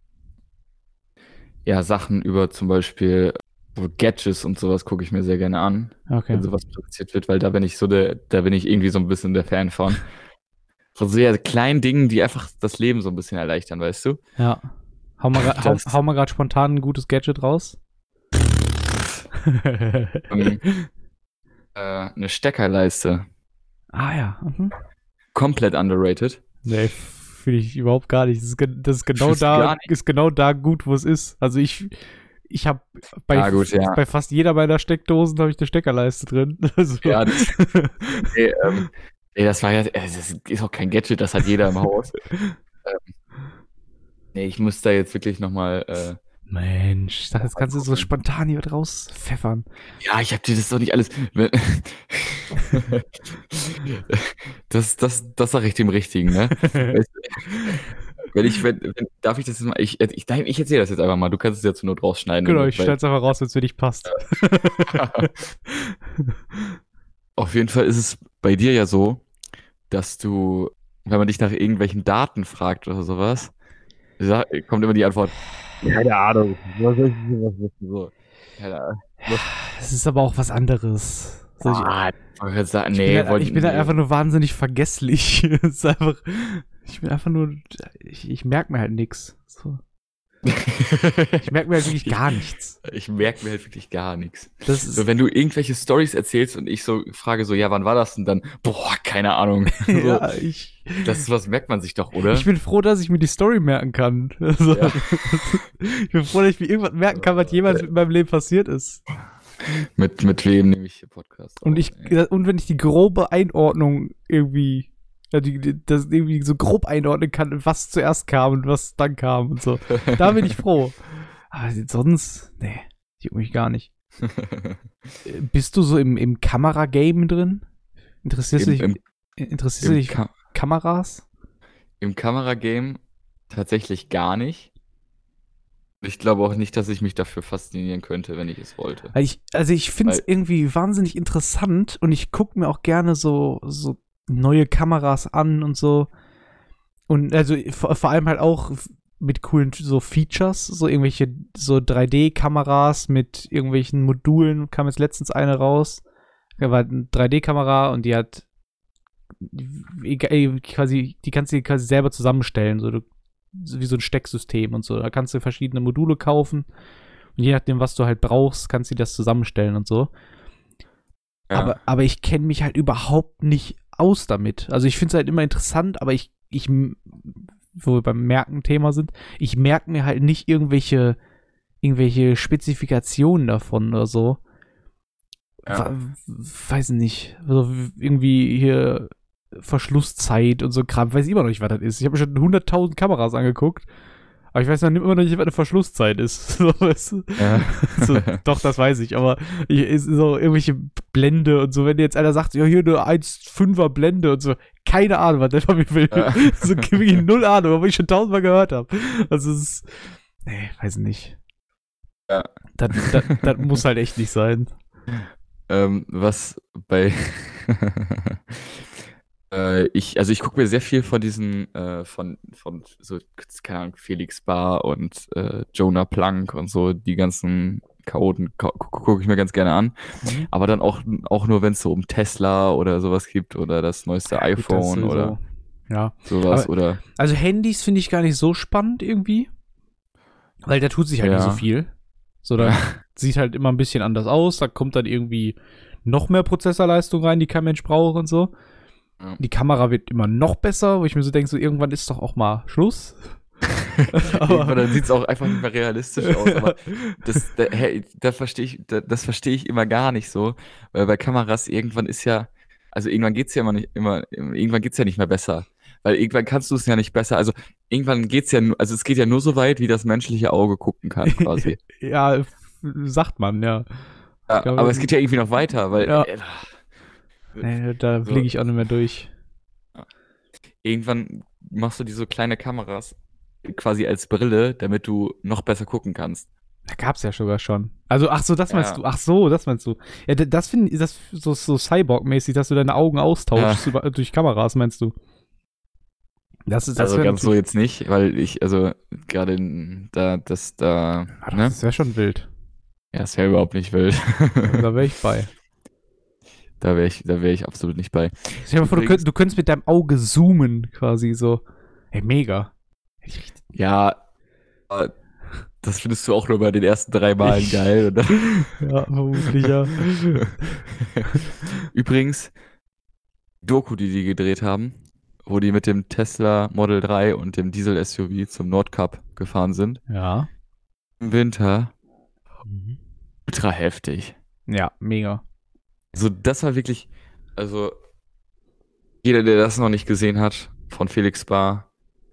Speaker 1: Sachen über zum Beispiel so Gadgets und sowas gucke ich mir sehr gerne an,
Speaker 2: Okay.
Speaker 1: wenn sowas produziert wird, weil da bin ich irgendwie so ein bisschen der Fan von. Von so kleinen Dingen, die einfach das Leben so ein bisschen erleichtern, weißt du?
Speaker 2: Ja. Hau mal gerade spontan ein gutes Gadget raus.
Speaker 1: Eine Steckerleiste.
Speaker 2: Ah ja. Mhm.
Speaker 1: Komplett underrated.
Speaker 2: Nee, finde ich überhaupt gar nicht. Das ist genau da gut, wo es ist. Also ich habe bei fast jeder meiner Steckdosen habe ich eine Steckerleiste drin. Also.
Speaker 1: Ja, das war ja, das ist auch kein Gadget, das hat jeder im Haus. Ich muss da jetzt wirklich nochmal.
Speaker 2: Mensch, ich dachte, jetzt kannst du so spontan hier rauspfeffern.
Speaker 1: Ja, ich hab dir das doch nicht alles. Das sag ich dem Richtigen, ne? Darf ich das jetzt mal, nein, ich erzähle das jetzt einfach mal, du kannst es ja zur Not rausschneiden.
Speaker 2: Genau, ich schneide es einfach raus, wenn es für dich passt.
Speaker 1: Auf jeden Fall ist es bei dir ja so, dass du, wenn man dich nach irgendwelchen Daten fragt oder sowas, kommt immer die Antwort, keine Ahnung, was soll ich denn was wissen, so. Keine Ahnung.
Speaker 2: Es ist aber auch was anderes. Ich bin halt einfach nur wahnsinnig vergesslich. Ich bin einfach nur, ich merke mir halt nichts. So. Ich merke mir halt wirklich gar nichts.
Speaker 1: Ich merke mir halt wirklich gar nichts.
Speaker 2: So,
Speaker 1: wenn du irgendwelche Storys erzählst und ich so frage so, ja, wann war das denn dann? Boah, keine Ahnung.
Speaker 2: Ja,
Speaker 1: was merkt man sich doch, oder?
Speaker 2: Ich bin froh, dass ich mir die Story merken kann. Also,
Speaker 1: Ja.
Speaker 2: Ich bin froh, dass ich mir irgendwas merken kann, was jemals mit meinem Leben passiert ist.
Speaker 1: Mit wem nehme ich hier Podcast?
Speaker 2: Und wenn ich die grobe Einordnung irgendwie, das irgendwie so grob einordnen kann, was zuerst kam und was dann kam und so. Da bin ich froh. Aber sonst, nee, juckt mich gar nicht. Bist du so im Kameragame drin? Interessierst du dich Kameras?
Speaker 1: Im Kameragame tatsächlich gar nicht. Ich glaube auch nicht, dass ich mich dafür faszinieren könnte, wenn ich es wollte.
Speaker 2: Ich finde es irgendwie wahnsinnig interessant und ich gucke mir auch gerne so neue Kameras an und so. Und also vor allem halt auch mit coolen so Features, so irgendwelche so 3D-Kameras mit irgendwelchen Modulen. Kam jetzt letztens eine raus. Da war eine 3D-Kamera und die hat quasi, die kannst du quasi selber zusammenstellen, so wie so ein Stecksystem und so. Da kannst du verschiedene Module kaufen und je nachdem, was du halt brauchst, kannst du das zusammenstellen und so. Ja. Aber ich kenne mich halt überhaupt nicht aus damit. Also ich finde es halt immer interessant, aber wo wir beim Merken-Thema sind, ich merke mir halt nicht irgendwelche Spezifikationen davon oder so. Ja. Weiß nicht. Also irgendwie hier Verschlusszeit und so Kram. Weiß ich immer noch nicht, was das ist. Ich habe mir schon 100.000 Kameras angeguckt, aber ich weiß immer noch nicht, was eine Verschlusszeit ist. So, weißt du? Ja. So, doch, das weiß ich, aber so irgendwelche Blende und so, wenn dir jetzt einer sagt, ja, hier eine 1,5er Blende und so, keine Ahnung, was der von mir will. Ja. So wirklich null Ahnung, aber ich schon 1000-mal gehört habe. Also es ist, nee, weiß nicht. Ja. Das muss halt echt nicht sein.
Speaker 1: Was bei ich gucke mir sehr viel von diesen, von so, keine Ahnung, Felix Bar und Jonah Plank und so, die ganzen Chaoten gucke ich mir ganz gerne an. Mhm. Aber dann auch nur, wenn es so um Tesla oder sowas gibt oder das neueste iPhone oder sowas.
Speaker 2: Aber, also Handys finde ich gar nicht so spannend irgendwie, weil da tut sich halt nicht so viel. So, da sieht halt immer ein bisschen anders aus, da kommt dann irgendwie noch mehr Prozessorleistung rein, die kein Mensch braucht und so. Ja. Die Kamera wird immer noch besser, wo ich mir so denke, so irgendwann ist doch auch mal Schluss.
Speaker 1: Aber dann sieht es auch einfach nicht mehr realistisch aus. Aber das verstehe ich immer gar nicht so, weil bei Kameras irgendwann geht's ja nicht mehr besser. Weil irgendwann kannst du es ja nicht besser. Also irgendwann geht's ja nur, also es geht ja nur so weit, wie das menschliche Auge gucken kann, quasi.
Speaker 2: Ja, sagt man, ja.
Speaker 1: Glaube, aber es geht ja irgendwie noch weiter, weil.
Speaker 2: Ja. Da fliege ich auch nicht mehr durch.
Speaker 1: Irgendwann machst du diese kleine Kameras quasi als Brille, damit du noch besser gucken kannst.
Speaker 2: Da gab's ja sogar schon. Also, das meinst du. Das meinst du. Ja, das finde ich, das so Cyborg-mäßig, dass du deine Augen austauschst durch Kameras, meinst du? Das
Speaker 1: ganz so jetzt nicht, weil gerade das
Speaker 2: wäre schon wild.
Speaker 1: Ja, das wäre überhaupt nicht wild.
Speaker 2: Da wäre ich bei.
Speaker 1: Da wäre ich absolut nicht bei.
Speaker 2: Stell dir mal vor, du könntest mit deinem Auge zoomen, quasi so. Hey, mega.
Speaker 1: Ja, das findest du auch nur bei den ersten 3 Malen geil, oder?
Speaker 2: Ja, vermutlich, ja.
Speaker 1: Übrigens, Doku, die gedreht haben, wo die mit dem Tesla Model 3 und dem Diesel-SUV zum Nordkap gefahren sind.
Speaker 2: Ja.
Speaker 1: Im Winter. Ultra heftig.
Speaker 2: Ja, mega.
Speaker 1: Also das war wirklich, jeder, der das noch nicht gesehen hat, von Felix Bar,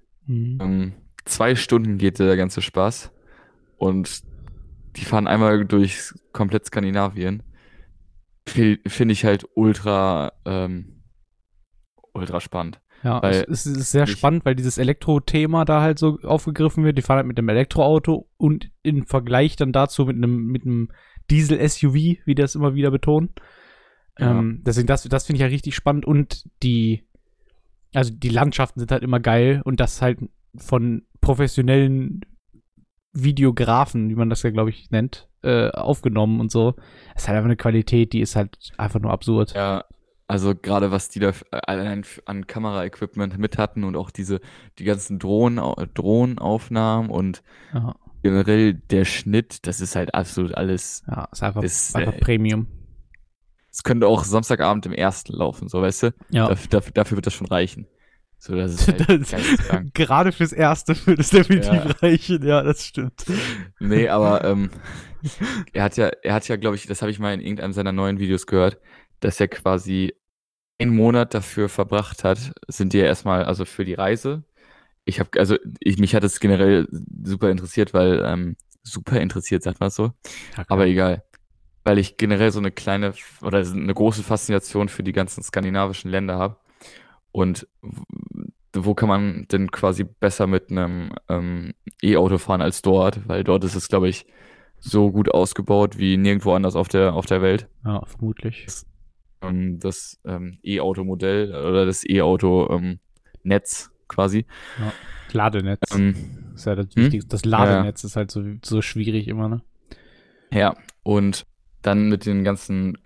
Speaker 1: 2 Stunden geht der ganze Spaß und die fahren einmal durch komplett Skandinavien. Finde ich halt ultra spannend.
Speaker 2: Ja,
Speaker 1: Weil
Speaker 2: es ist sehr
Speaker 1: ich,
Speaker 2: spannend, weil dieses Elektro-Thema da halt so aufgegriffen wird. Die fahren halt mit einem Elektroauto und im Vergleich dann dazu mit einem Diesel-SUV, wie das immer wieder betonen.
Speaker 1: ja,
Speaker 2: Deswegen, das finde ich ja richtig spannend und also die Landschaften sind halt immer geil und das halt von professionellen Videografen, wie man das ja, glaube ich, nennt, aufgenommen und so. Es ist halt einfach eine Qualität, die ist halt einfach nur absurd.
Speaker 1: ja, also gerade was die da allein an Kameraequipment mit hatten und auch die ganzen Drohnenaufnahmen und
Speaker 2: Ja,
Speaker 1: generell der Schnitt, das ist halt absolut alles,
Speaker 2: ja ist einfach,
Speaker 1: ist,
Speaker 2: einfach Premium.
Speaker 1: es könnte auch Samstagabend im ersten laufen, so weißt du?
Speaker 2: Ja.
Speaker 1: Dafür wird das schon reichen. So, das ist halt
Speaker 2: Das,
Speaker 1: geisteskrank.
Speaker 2: gerade fürs Erste würde es definitiv
Speaker 1: Ja.
Speaker 2: reichen, ja, das stimmt.
Speaker 1: Nee, aber er hat ja, glaube ich, das habe ich mal in irgendeinem seiner neuen Videos gehört, dass er quasi einen Monat dafür verbracht hat, sind die ja erstmal, also für die Reise. Mich hat es generell super interessiert, weil, super interessiert, sagt man so.
Speaker 2: Ja,
Speaker 1: Aber
Speaker 2: klar.
Speaker 1: egal. Weil ich generell so eine kleine oder eine große Faszination für die ganzen skandinavischen Länder habe. Und wo kann man denn quasi besser mit einem E-Auto fahren als dort? Weil dort ist es, glaube ich, so gut ausgebaut wie nirgendwo anders auf der Welt.
Speaker 2: Ja, vermutlich.
Speaker 1: Das E-Auto-Modell oder das E-Auto-Netz quasi.
Speaker 2: Ja. Ladenetz.
Speaker 1: Ähm,
Speaker 2: Das ist ja das
Speaker 1: hm?
Speaker 2: Wichtigste. Das Ladenetz ist halt so schwierig immer, ne?
Speaker 1: Ja, und dann mit den ganzen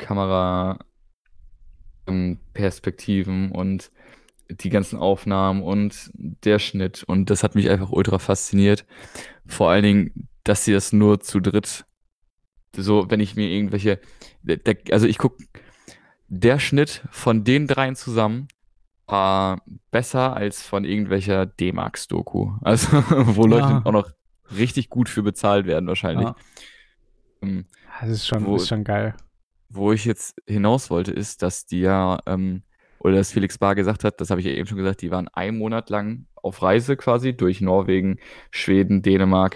Speaker 1: Kamera-Perspektiven und die ganzen Aufnahmen und der Schnitt. Und das hat mich einfach ultra fasziniert. Vor allen Dingen, dass sie das nur zu dritt, so, wenn ich mir irgendwelche, also ich gucke, der Schnitt von den dreien zusammen war besser als von irgendwelcher D-Max-Doku. Also, wo Leute
Speaker 2: Ja.
Speaker 1: auch noch richtig gut für bezahlt werden, wahrscheinlich.
Speaker 2: Ja.
Speaker 1: Ähm,
Speaker 2: Das ist
Speaker 1: wo,
Speaker 2: schon geil.
Speaker 1: wo ich jetzt hinaus wollte, ist, dass die ja, oder dass Felix Bar gesagt hat, das habe ich ja eben schon gesagt, die waren einen Monat lang auf Reise quasi durch Norwegen, Schweden, Dänemark,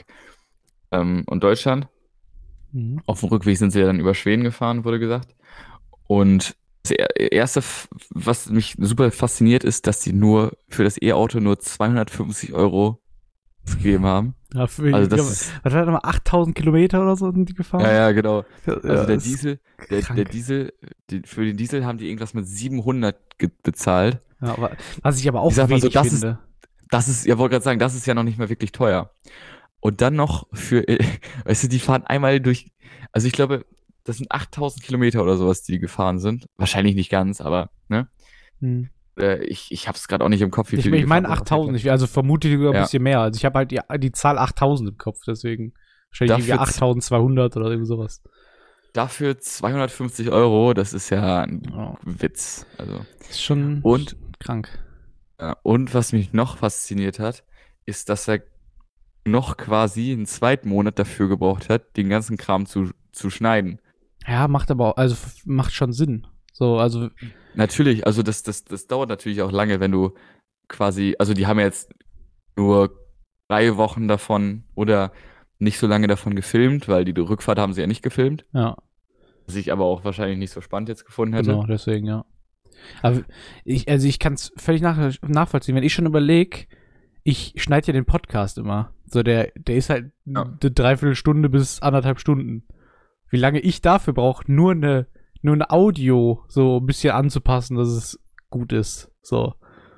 Speaker 1: und Deutschland.
Speaker 2: Mhm.
Speaker 1: Auf dem Rückweg sind sie ja dann über Schweden gefahren, wurde gesagt. Und das Erste, was mich super fasziniert, ist, dass sie nur für das E-Auto nur 250 € gegeben haben.
Speaker 2: Ja,
Speaker 1: Also das ist,
Speaker 2: was war das nochmal? 8000 Kilometer oder so sind die gefahren?
Speaker 1: ja, genau.
Speaker 2: Ja,
Speaker 1: Also der
Speaker 2: ist
Speaker 1: Diesel, der
Speaker 2: krank.
Speaker 1: Diesel, für den Diesel haben die irgendwas mit 700 bezahlt.
Speaker 2: Ja, was ich aber auch
Speaker 1: Ich sag mal so,
Speaker 2: wenig finde.
Speaker 1: ja, wollte gerade sagen, das ist ja noch nicht mal wirklich teuer. Und dann noch weißt du, die fahren einmal durch, also ich glaube, das sind 8000 Kilometer oder sowas, die gefahren sind. Wahrscheinlich nicht ganz, aber, ne?
Speaker 2: Hm.
Speaker 1: Ich habe es gerade auch nicht im Kopf, wie
Speaker 2: Ich,
Speaker 1: viel die
Speaker 2: ich meine
Speaker 1: gefahren sind. Auf jeden
Speaker 2: 8000, also vermute sogar ein
Speaker 1: Ja.
Speaker 2: bisschen mehr. Also ich habe halt die Zahl 8000 im Kopf, deswegen wahrscheinlich irgendwie
Speaker 1: Dafür
Speaker 2: 8200 oder irgendwie sowas.
Speaker 1: Dafür 250 €, das ist ja ein
Speaker 2: Ja.
Speaker 1: Witz. Also.
Speaker 2: Ist schon
Speaker 1: Und,
Speaker 2: krank.
Speaker 1: und was mich noch fasziniert hat, ist, dass er noch quasi einen zweiten Monat dafür gebraucht hat, den ganzen Kram zu schneiden.
Speaker 2: Ja, macht aber auch, also macht schon Sinn. So, also,
Speaker 1: Natürlich, also das dauert natürlich auch lange, wenn du quasi, also die haben ja jetzt nur 3 Wochen davon oder nicht so lange davon gefilmt, weil die Rückfahrt haben sie ja nicht gefilmt,
Speaker 2: ja,
Speaker 1: was ich aber auch wahrscheinlich nicht so spannend jetzt gefunden hätte.
Speaker 2: genau, deswegen, ja. Aber ich kann es völlig nachvollziehen. Wenn ich schon überlege, ich schneide ja den Podcast immer. So, der ist halt
Speaker 1: Ja.
Speaker 2: eine Dreiviertelstunde bis 1,5 Stunden. Wie lange ich dafür brauche, nur eine Audio so ein bisschen anzupassen, dass es gut ist. So.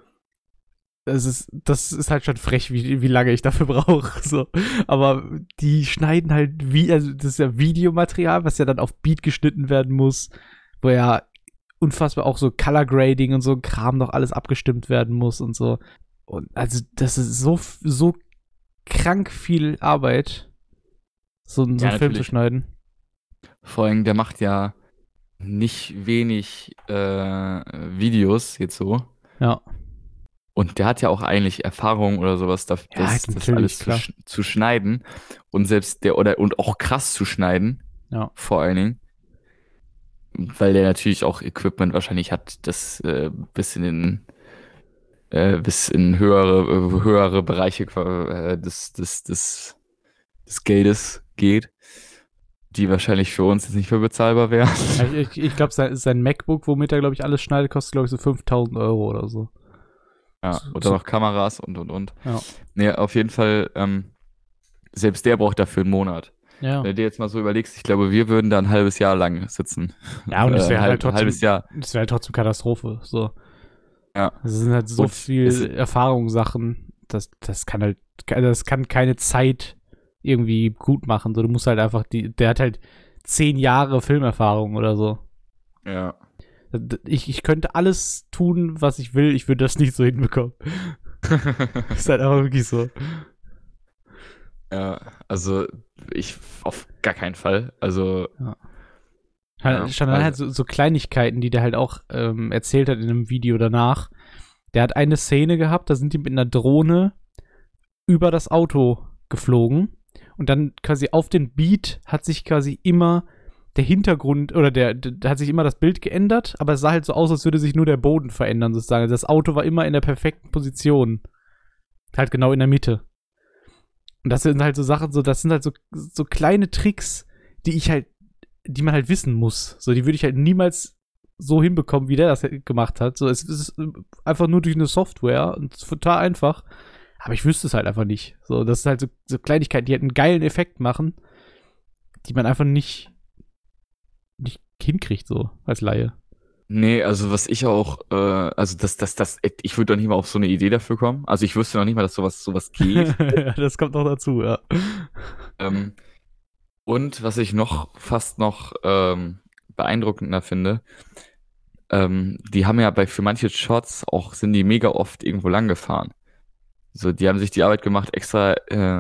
Speaker 2: Das ist halt schon frech, wie lange ich dafür brauche. So. Aber die schneiden halt also das ist ja Videomaterial, was ja dann auf Beat geschnitten werden muss, wo ja unfassbar auch so Color Grading und so ein Kram noch alles abgestimmt werden muss und so. Und also das ist so krank viel Arbeit, so einen Film zu
Speaker 1: natürlich.
Speaker 2: schneiden.
Speaker 1: Vor allem, der macht ja nicht wenig Videos jetzt so.
Speaker 2: Ja.
Speaker 1: Und der hat ja auch eigentlich Erfahrung oder sowas, das
Speaker 2: natürlich,
Speaker 1: alles
Speaker 2: klar.
Speaker 1: zu schneiden. Und selbst und auch krass zu schneiden,
Speaker 2: Ja.
Speaker 1: vor allen Dingen. Weil der natürlich auch Equipment wahrscheinlich hat, das bis in höhere Bereiche des Geldes geht, die wahrscheinlich für uns jetzt nicht mehr bezahlbar wären.
Speaker 2: Ich glaube, sein MacBook, womit er, glaube ich, alles schneidet, kostet, glaube ich, so 5000 € oder so.
Speaker 1: Ja, und dann noch Kameras und.
Speaker 2: Ja.
Speaker 1: Nee, auf jeden Fall, selbst der braucht dafür einen Monat.
Speaker 2: Ja.
Speaker 1: Wenn du dir jetzt mal so überlegst, ich glaube, wir würden da ein halbes Jahr lang sitzen.
Speaker 2: Ja, und es wäre halt
Speaker 1: ein halbes Jahr.
Speaker 2: trotzdem Katastrophe. So.
Speaker 1: Ja.
Speaker 2: Es sind halt so
Speaker 1: Und
Speaker 2: viel Erfahrungssachen, das kann keine Zeit irgendwie gut machen. So, du musst halt einfach, der hat halt 10 Jahre Filmerfahrung oder so.
Speaker 1: Ja.
Speaker 2: Ich könnte alles tun, was ich will, ich würde das nicht so hinbekommen. Ist halt einfach wirklich so.
Speaker 1: Ja, also ich auf gar keinen Fall. Also.
Speaker 2: Ja. Schon halt so Kleinigkeiten, die der halt auch erzählt hat in einem Video danach. Der hat eine Szene gehabt, da sind die mit einer Drohne über das Auto geflogen und dann quasi auf den Beat hat sich quasi immer der Hintergrund oder der hat sich immer das Bild geändert, aber es sah halt so aus, als würde sich nur der Boden verändern sozusagen. Also das Auto war immer in der perfekten Position. Halt genau in der Mitte. Und das sind halt so Sachen, das sind halt so kleine Tricks, die man halt wissen muss. So, die würde ich halt niemals so hinbekommen, wie der das gemacht hat. So, es ist einfach nur durch eine Software und es ist total einfach. Aber ich wüsste es halt einfach nicht. So, das ist halt so Kleinigkeiten, die halt einen geilen Effekt machen, die man einfach nicht hinkriegt, so, als Laie.
Speaker 1: Nee, also was ich auch, also ich würde doch nicht mal auf so eine Idee dafür kommen. Also ich wüsste noch nicht mal, dass sowas geht.
Speaker 2: Das kommt noch dazu, ja.
Speaker 1: Und was ich fast noch beeindruckender finde, die haben ja für manche Shots sind die mega oft irgendwo lang gefahren. So, die haben sich die Arbeit gemacht, extra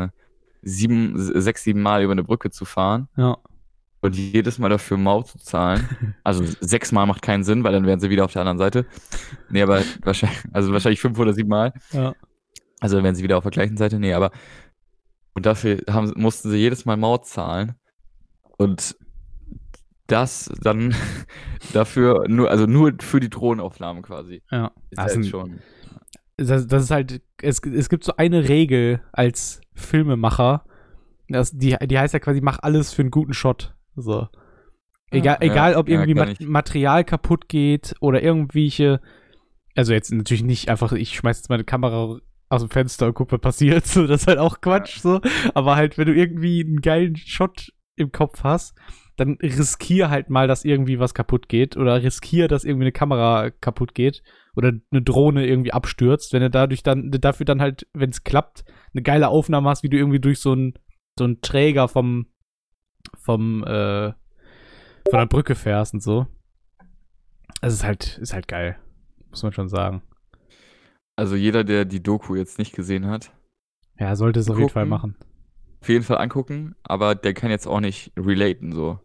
Speaker 1: 6, 7 Mal über eine Brücke zu fahren.
Speaker 2: Ja.
Speaker 1: Und jedes Mal dafür Maut zu zahlen. Also 6 Mal macht keinen Sinn, weil dann wären sie wieder auf der anderen Seite. Nee, aber wahrscheinlich 5 oder 7 Mal.
Speaker 2: Ja.
Speaker 1: Also dann wären sie wieder auf der gleichen Seite. Nee, aber und dafür mussten sie jedes Mal Maut zahlen. Und das dann dafür nur für die Drohnenaufnahmen quasi.
Speaker 2: Ja.
Speaker 1: Ist halt schon.
Speaker 2: Das ist halt, es gibt so eine Regel als Filmemacher, die heißt ja quasi, mach alles für einen guten Shot. So. Egal ob irgendwie Material kaputt geht oder irgendwelche, also jetzt natürlich nicht einfach, ich schmeiß jetzt meine Kamera aus dem Fenster und guck, was passiert, so, das ist halt auch Quatsch, so, aber halt, wenn du irgendwie einen geilen Shot im Kopf hast, dann riskier halt mal, dass irgendwie was kaputt geht oder riskier, dass irgendwie eine Kamera kaputt geht oder eine Drohne irgendwie abstürzt, wenn du dafür dann halt, wenn es klappt, eine geile Aufnahme hast, wie du irgendwie durch so einen Träger von der Brücke fährst und so. Also ist halt geil. Muss man schon sagen.
Speaker 1: Also jeder, der die Doku jetzt nicht gesehen hat.
Speaker 2: Ja, sollte es auf jeden Fall machen.
Speaker 1: Auf jeden Fall angucken, aber der kann jetzt auch nicht relaten, so.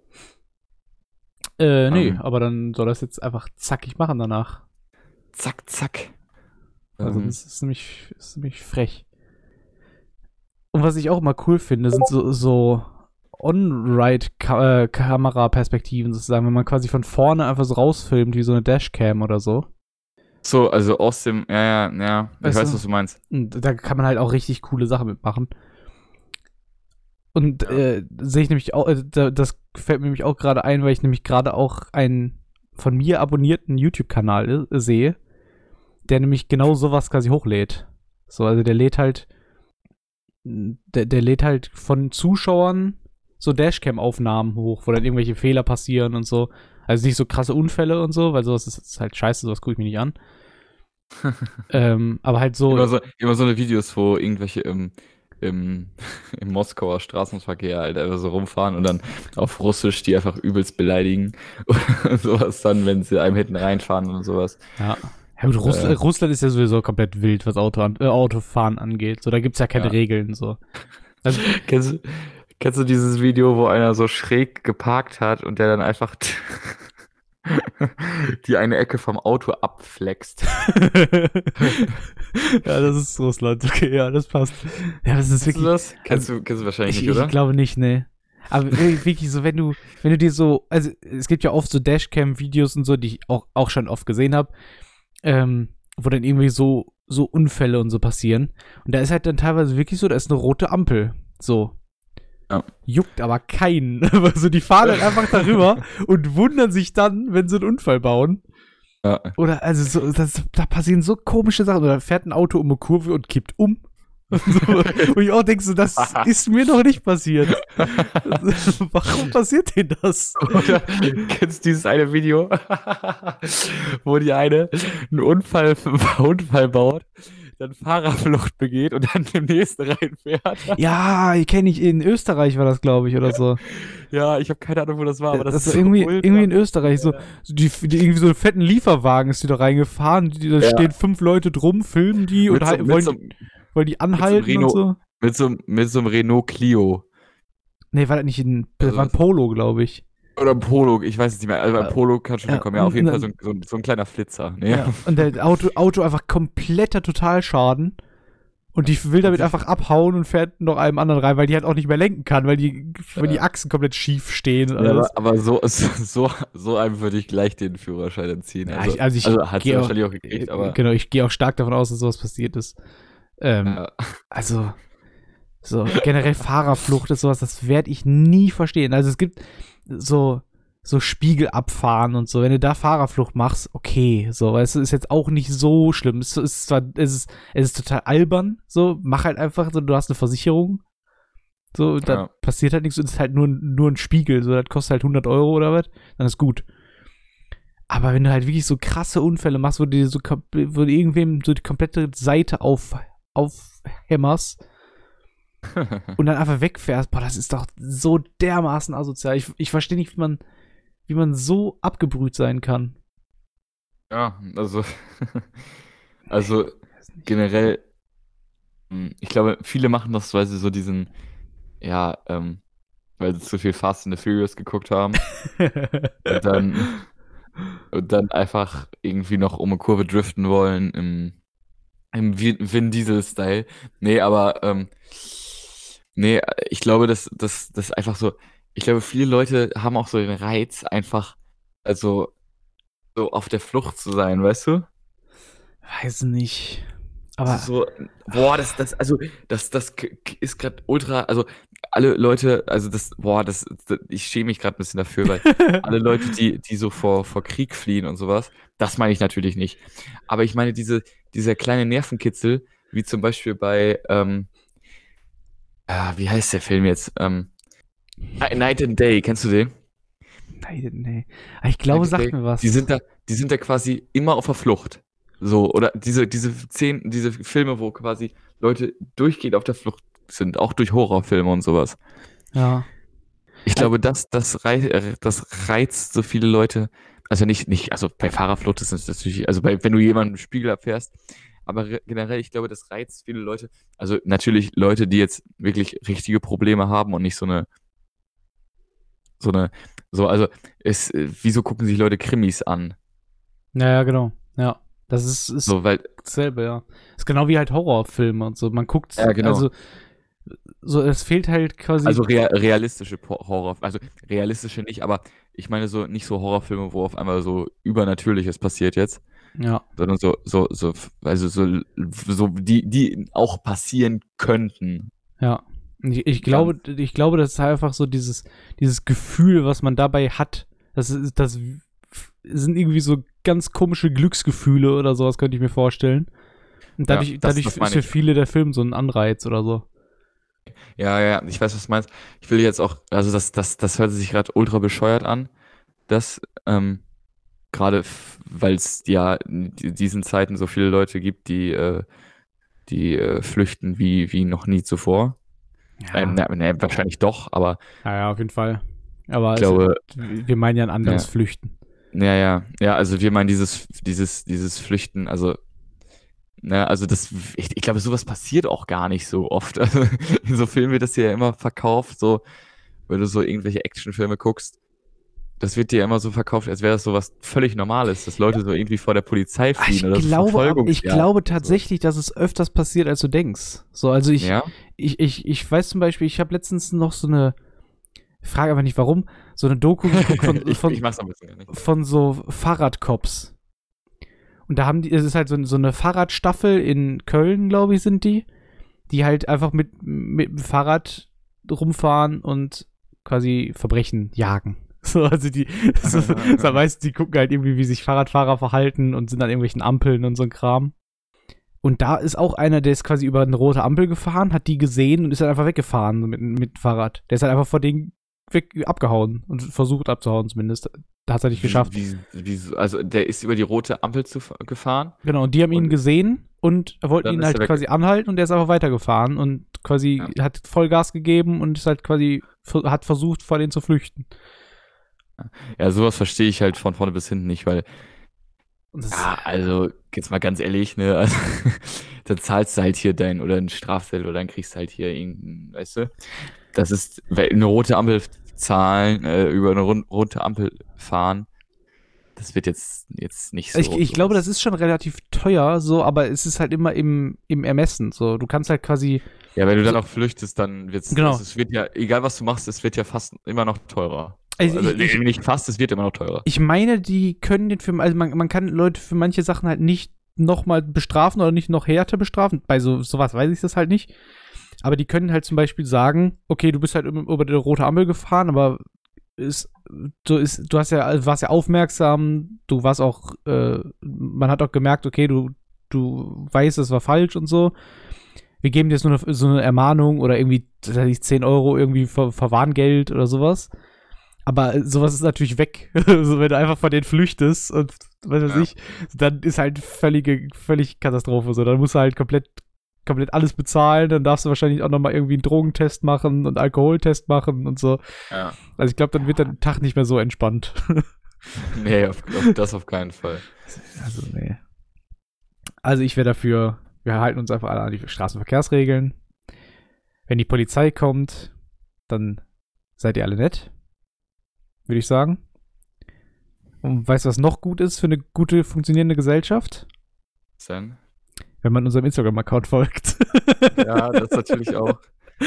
Speaker 2: Nee, aber dann soll das jetzt einfach zackig machen danach.
Speaker 1: Zack, zack.
Speaker 2: Also das ist nämlich frech. Und was ich auch immer cool finde, sind so On-Ride-Kamera-Perspektiven sozusagen, wenn man quasi von vorne einfach so rausfilmt, wie so eine Dashcam oder so.
Speaker 1: So, also aus dem, ja, ich weiß, was du meinst.
Speaker 2: Und da kann man halt auch richtig coole Sachen mitmachen. Und sehe ich nämlich auch, das fällt mir nämlich auch gerade ein, weil ich nämlich gerade auch einen von mir abonnierten YouTube-Kanal sehe, der nämlich genau sowas quasi hochlädt. So, also der lädt halt von Zuschauern so Dashcam-Aufnahmen hoch, wo dann irgendwelche Fehler passieren und so. Also nicht so krasse Unfälle und so, weil sowas ist halt scheiße, sowas gucke ich mir nicht an. Aber halt so.
Speaker 1: Immer so eine Videos, wo irgendwelche im Moskauer Straßenverkehr halt einfach so rumfahren und dann auf Russisch die einfach übelst beleidigen und sowas dann, wenn sie einem hinten reinfahren und sowas.
Speaker 2: Ja. Ja gut, Russland ist ja sowieso komplett wild, was Autofahren angeht. So, da gibt's ja keine Regeln, so. Also,
Speaker 1: Kennst du dieses Video, wo einer so schräg geparkt hat und der dann einfach die eine Ecke vom Auto abflext?
Speaker 2: Ja, das ist Russland. Okay, ja, das passt. Ja, das ist wirklich.
Speaker 1: Das? Kennst du wahrscheinlich nicht, oder?
Speaker 2: Ich glaube nicht, ne. Aber wirklich so, wenn du dir so, also es gibt ja oft so Dashcam-Videos und so, die ich auch schon oft gesehen habe, wo dann irgendwie so Unfälle und so passieren. Und da ist halt dann teilweise wirklich so, da ist eine rote Ampel. So.
Speaker 1: Ja.
Speaker 2: Juckt aber keinen. Also die fahren dann einfach darüber und wundern sich dann, wenn sie einen Unfall bauen.
Speaker 1: Ja.
Speaker 2: Oder, also, da passieren so komische Sachen. Oder fährt ein Auto um eine Kurve und kippt um. Und, und ich auch denke so, das ist mir noch nicht passiert. Warum passiert denn das?
Speaker 1: Oder kennst du dieses eine Video, wo die eine einen Unfall baut, dann Fahrerflucht begeht und dann im nächsten reinfährt?
Speaker 2: Ja, kenne ich. In Österreich war das, glaube ich, oder so.
Speaker 1: Ja, ich habe keine Ahnung, wo das war, aber das
Speaker 2: Das
Speaker 1: ist
Speaker 2: ist
Speaker 1: so
Speaker 2: irgendwie in Österreich. So, die irgendwie so einen fetten Lieferwagen ist die da reingefahren. Da stehen 5 Leute drum, filmen die und wollen die anhalten und so.
Speaker 1: Mit so einem Renault Clio.
Speaker 2: Nee, war das nicht das war ein Polo, glaube ich.
Speaker 1: Oder ein Polo, ich weiß es nicht mehr. Also ein Polo kann schon kommen. Ja, auf jeden Fall so ein kleiner Flitzer. Ne?
Speaker 2: Ja. Und der Auto einfach kompletter Totalschaden. Und die will damit einfach abhauen und fährt noch einem anderen rein, weil die halt auch nicht mehr lenken kann, weil die Achsen komplett schief stehen. Und alles.
Speaker 1: Ja, aber so einem würde ich gleich den Führerschein entziehen. Also
Speaker 2: ich
Speaker 1: hat sie wahrscheinlich auch gekriegt, aber.
Speaker 2: Genau, ich gehe auch stark davon aus, dass sowas passiert ist. Also, so generell Fahrerflucht ist sowas, das werde ich nie verstehen. Also es gibt so Spiegel abfahren und so. Wenn du da Fahrerflucht machst, okay, so, weißt du, ist jetzt auch nicht so schlimm. Es ist total albern, so, mach halt einfach, so, du hast eine Versicherung, so, da passiert halt nichts, es ist halt nur ein Spiegel, so, das kostet halt 100 Euro oder was, dann ist gut. Aber wenn du halt wirklich so krasse Unfälle machst, wo du irgendwem so die komplette Seite aufhämmerst und dann einfach wegfährst, boah, das ist doch so dermaßen asozial. Ich verstehe nicht, wie man so abgebrüht sein kann.
Speaker 1: Ja, also generell, ich glaube, viele machen das, weil sie so diesen, weil sie zu viel Fast and the Furious geguckt haben und dann einfach irgendwie noch um eine Kurve driften wollen im Vin Diesel-Style. Nee, aber ich glaube, das einfach so, ich glaube, viele Leute haben auch so den Reiz, einfach, also so auf der Flucht zu sein, weißt du?
Speaker 2: Weiß nicht. Aber
Speaker 1: so, boah, das ist gerade ultra, also alle Leute, also ich schäme mich gerade ein bisschen dafür, weil alle Leute, die so vor Krieg fliehen und sowas, das meine ich natürlich nicht. Aber ich meine dieser kleine Nervenkitzel, wie zum Beispiel bei, wie heißt der Film jetzt? Night and Day, kennst du den?
Speaker 2: Night and Day. Ich glaube, sagt mir was.
Speaker 1: Die sind da quasi immer auf der Flucht. So, oder diese Filme, wo quasi Leute durchgehend auf der Flucht sind, auch durch Horrorfilme und sowas.
Speaker 2: Ja.
Speaker 1: Ich glaube, das reizt so viele Leute. Also also bei Fahrerflucht ist es natürlich, also wenn du jemanden im Spiegel abfährst, aber generell, ich glaube, das reizt viele Leute. Also natürlich Leute, die jetzt wirklich richtige Probleme haben und nicht wieso gucken sich Leute Krimis an?
Speaker 2: Ja, genau. Ja. Das ist
Speaker 1: so, weil
Speaker 2: dasselbe, ja. Ist genau wie halt Horrorfilme und so. Man guckt,
Speaker 1: genau.
Speaker 2: Also so, es fehlt halt quasi.
Speaker 1: Also realistische Horror, also realistische nicht, aber ich meine so nicht so Horrorfilme, wo auf einmal so Übernatürliches passiert jetzt.
Speaker 2: Ja.
Speaker 1: Sondern so die auch passieren könnten.
Speaker 2: Ja. Ich glaube, das ist einfach so dieses Gefühl, was man dabei hat. Das sind irgendwie so ganz komische Glücksgefühle oder sowas, könnte ich mir vorstellen. Und dadurch ist für viele der Film so ein Anreiz oder so.
Speaker 1: Ja, ich weiß, was du meinst. Ich will jetzt auch, also das hört sich gerade ultra bescheuert an, dass, gerade weil es ja in diesen Zeiten so viele Leute gibt, die flüchten wie noch nie zuvor.
Speaker 2: Ja.
Speaker 1: Wahrscheinlich doch, aber
Speaker 2: Ja, auf jeden Fall. Aber
Speaker 1: ich glaube,
Speaker 2: wir meinen ja ein anderes Flüchten.
Speaker 1: Ja, also wir meinen dieses Flüchten, also also ich glaube, sowas passiert auch gar nicht so oft. Also in so Filmen wird das ja immer verkauft, so, wenn du so irgendwelche Actionfilme guckst, das wird dir immer so verkauft, als wäre das so was völlig Normales, dass Leute so irgendwie vor der Polizei fliehen oder so.
Speaker 2: Ich glaube tatsächlich, dass es öfters passiert, als du denkst. So, also ich weiß zum Beispiel, ich habe letztens noch so eine, frage aber nicht warum, so eine Doku geguckt von so Fahrradcops. Und da es ist halt so eine Fahrradstaffel in Köln, glaube ich, sind die halt einfach mit dem Fahrrad rumfahren und quasi Verbrechen jagen. So, also so meistens, die gucken halt irgendwie, wie sich Fahrradfahrer verhalten und sind an irgendwelchen Ampeln und so ein Kram. Und da ist auch einer, der ist quasi über eine rote Ampel gefahren, hat die gesehen und ist dann einfach weggefahren mit Fahrrad. Der ist halt einfach vor denen abgehauen und versucht abzuhauen zumindest. Da hat es halt nicht geschafft.
Speaker 1: Also der ist über die rote Ampel gefahren?
Speaker 2: Genau, und die haben ihn gesehen und wollten ihn halt quasi anhalten und der ist einfach weitergefahren und quasi hat Vollgas gegeben und ist halt quasi, hat versucht, vor denen zu flüchten.
Speaker 1: Ja, sowas verstehe ich halt von vorne bis hinten nicht, weil also, jetzt mal ganz ehrlich, ne, also, dann zahlst du halt hier einen Strafzettel oder dann kriegst du halt hier irgendein, weißt du, das ist, eine rote Ampel zahlen, über eine rote Ampel fahren, das wird jetzt nicht so.
Speaker 2: Ich glaube, das ist schon relativ teuer, so, aber es ist halt immer im Ermessen, so, du kannst halt quasi.
Speaker 1: Ja, wenn du dann auch flüchtest, dann wird's,
Speaker 2: genau.
Speaker 1: Also es wird ja, egal was du machst, es wird ja fast immer noch teurer. Also nicht fast, es wird immer noch teurer.
Speaker 2: Ich meine, die können den für, also man kann Leute für manche Sachen halt nicht nochmal bestrafen oder nicht noch härter bestrafen. Bei sowas weiß ich das halt nicht. Aber die können halt zum Beispiel sagen, okay, du bist halt über die rote Ampel gefahren, aber du warst ja aufmerksam, du warst auch, man hat auch gemerkt, okay, du weißt, es war falsch und so. Wir geben dir jetzt nur so eine Ermahnung oder irgendwie 10 Euro irgendwie Verwarngeld oder sowas. Aber sowas ist natürlich weg. Also wenn du einfach von denen flüchtest und weiß ich, dann ist halt völlig Katastrophe. So, dann musst du halt komplett alles bezahlen. Dann darfst du wahrscheinlich auch nochmal irgendwie einen Drogentest machen und einen Alkoholtest machen und so. Ja. Also ich glaube, dann wird der Tag nicht mehr so entspannt.
Speaker 1: Nee, das auf keinen Fall.
Speaker 2: Also, nee. Also ich wäre dafür, wir halten uns einfach alle an die Straßenverkehrsregeln. Wenn die Polizei kommt, dann seid ihr alle nett. Würde ich sagen. Und weißt du, was noch gut ist für eine gute, funktionierende Gesellschaft?
Speaker 1: Was denn?
Speaker 2: Wenn man unserem Instagram-Account folgt.
Speaker 1: Ja, das natürlich auch.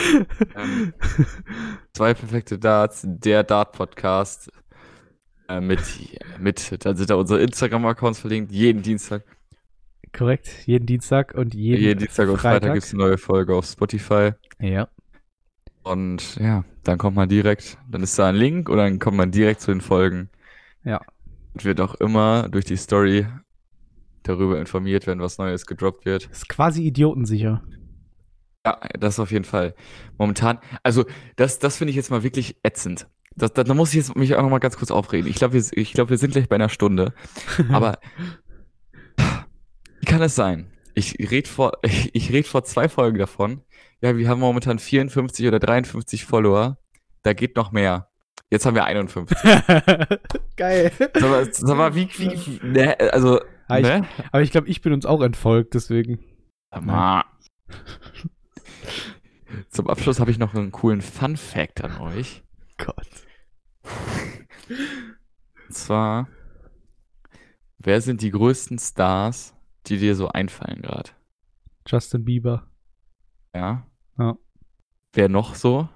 Speaker 1: 2 perfekte Darts, der Dart-Podcast. Dann sind da unsere Instagram-Accounts verlinkt, jeden Dienstag.
Speaker 2: Korrekt, jeden Dienstag und jeden
Speaker 1: Dienstag und Freitag gibt es eine neue Folge auf Spotify.
Speaker 2: Ja.
Speaker 1: Und ja, dann kommt man direkt, dann ist da ein Link oder dann kommt man direkt zu den Folgen.
Speaker 2: Ja.
Speaker 1: Und wird auch immer durch die Story darüber informiert, wenn was Neues gedroppt wird.
Speaker 2: Ist quasi idiotensicher.
Speaker 1: Ja, das auf jeden Fall. Momentan, also das finde ich jetzt mal wirklich ätzend. Da muss ich jetzt mich auch noch mal ganz kurz aufregen. Ich glaube, wir sind gleich bei einer Stunde. Aber wie kann es sein? Ich red vor 2 Folgen davon. Ja, wir haben momentan 54 oder 53 Follower. Da geht noch mehr. Jetzt haben wir 51.
Speaker 2: Geil.
Speaker 1: Sag mal, wie ne, also, ne?
Speaker 2: Aber ich glaube, ich bin uns auch entfolgt, deswegen.
Speaker 1: Zum Abschluss habe ich noch einen coolen Fun-Fact an euch.
Speaker 2: Gott.
Speaker 1: Und zwar, wer sind die größten Stars, die dir so einfallen gerade?
Speaker 2: Justin Bieber.
Speaker 1: Ja?
Speaker 2: Ja.
Speaker 1: Wer noch so?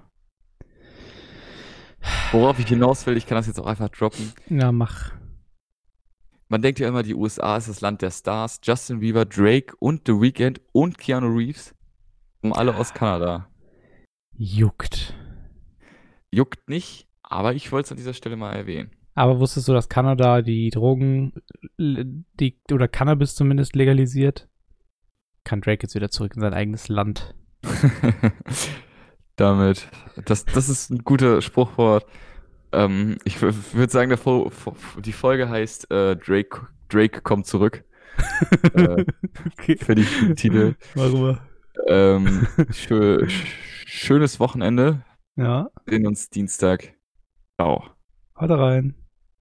Speaker 1: Worauf ich hinaus will, ich kann das jetzt auch einfach droppen.
Speaker 2: Ja, mach.
Speaker 1: Man denkt ja immer, die USA ist das Land der Stars. Justin Bieber, Drake und The Weeknd und Keanu Reeves kommen alle aus Kanada.
Speaker 2: Juckt
Speaker 1: nicht, aber ich wollte es an dieser Stelle mal erwähnen.
Speaker 2: Aber wusstest du, dass Kanada die Drogen, oder Cannabis zumindest legalisiert? Kann Drake jetzt wieder zurück in sein eigenes Land.
Speaker 1: Damit. Das ist ein guter Spruchwort. Ich würde sagen, die Folge heißt Drake kommt zurück.
Speaker 2: Okay.
Speaker 1: Finde ich den Titel.
Speaker 2: Machen wir.
Speaker 1: Schönes Wochenende.
Speaker 2: Ja.
Speaker 1: Wir sehen uns Dienstag. Ciao.
Speaker 2: Haut rein.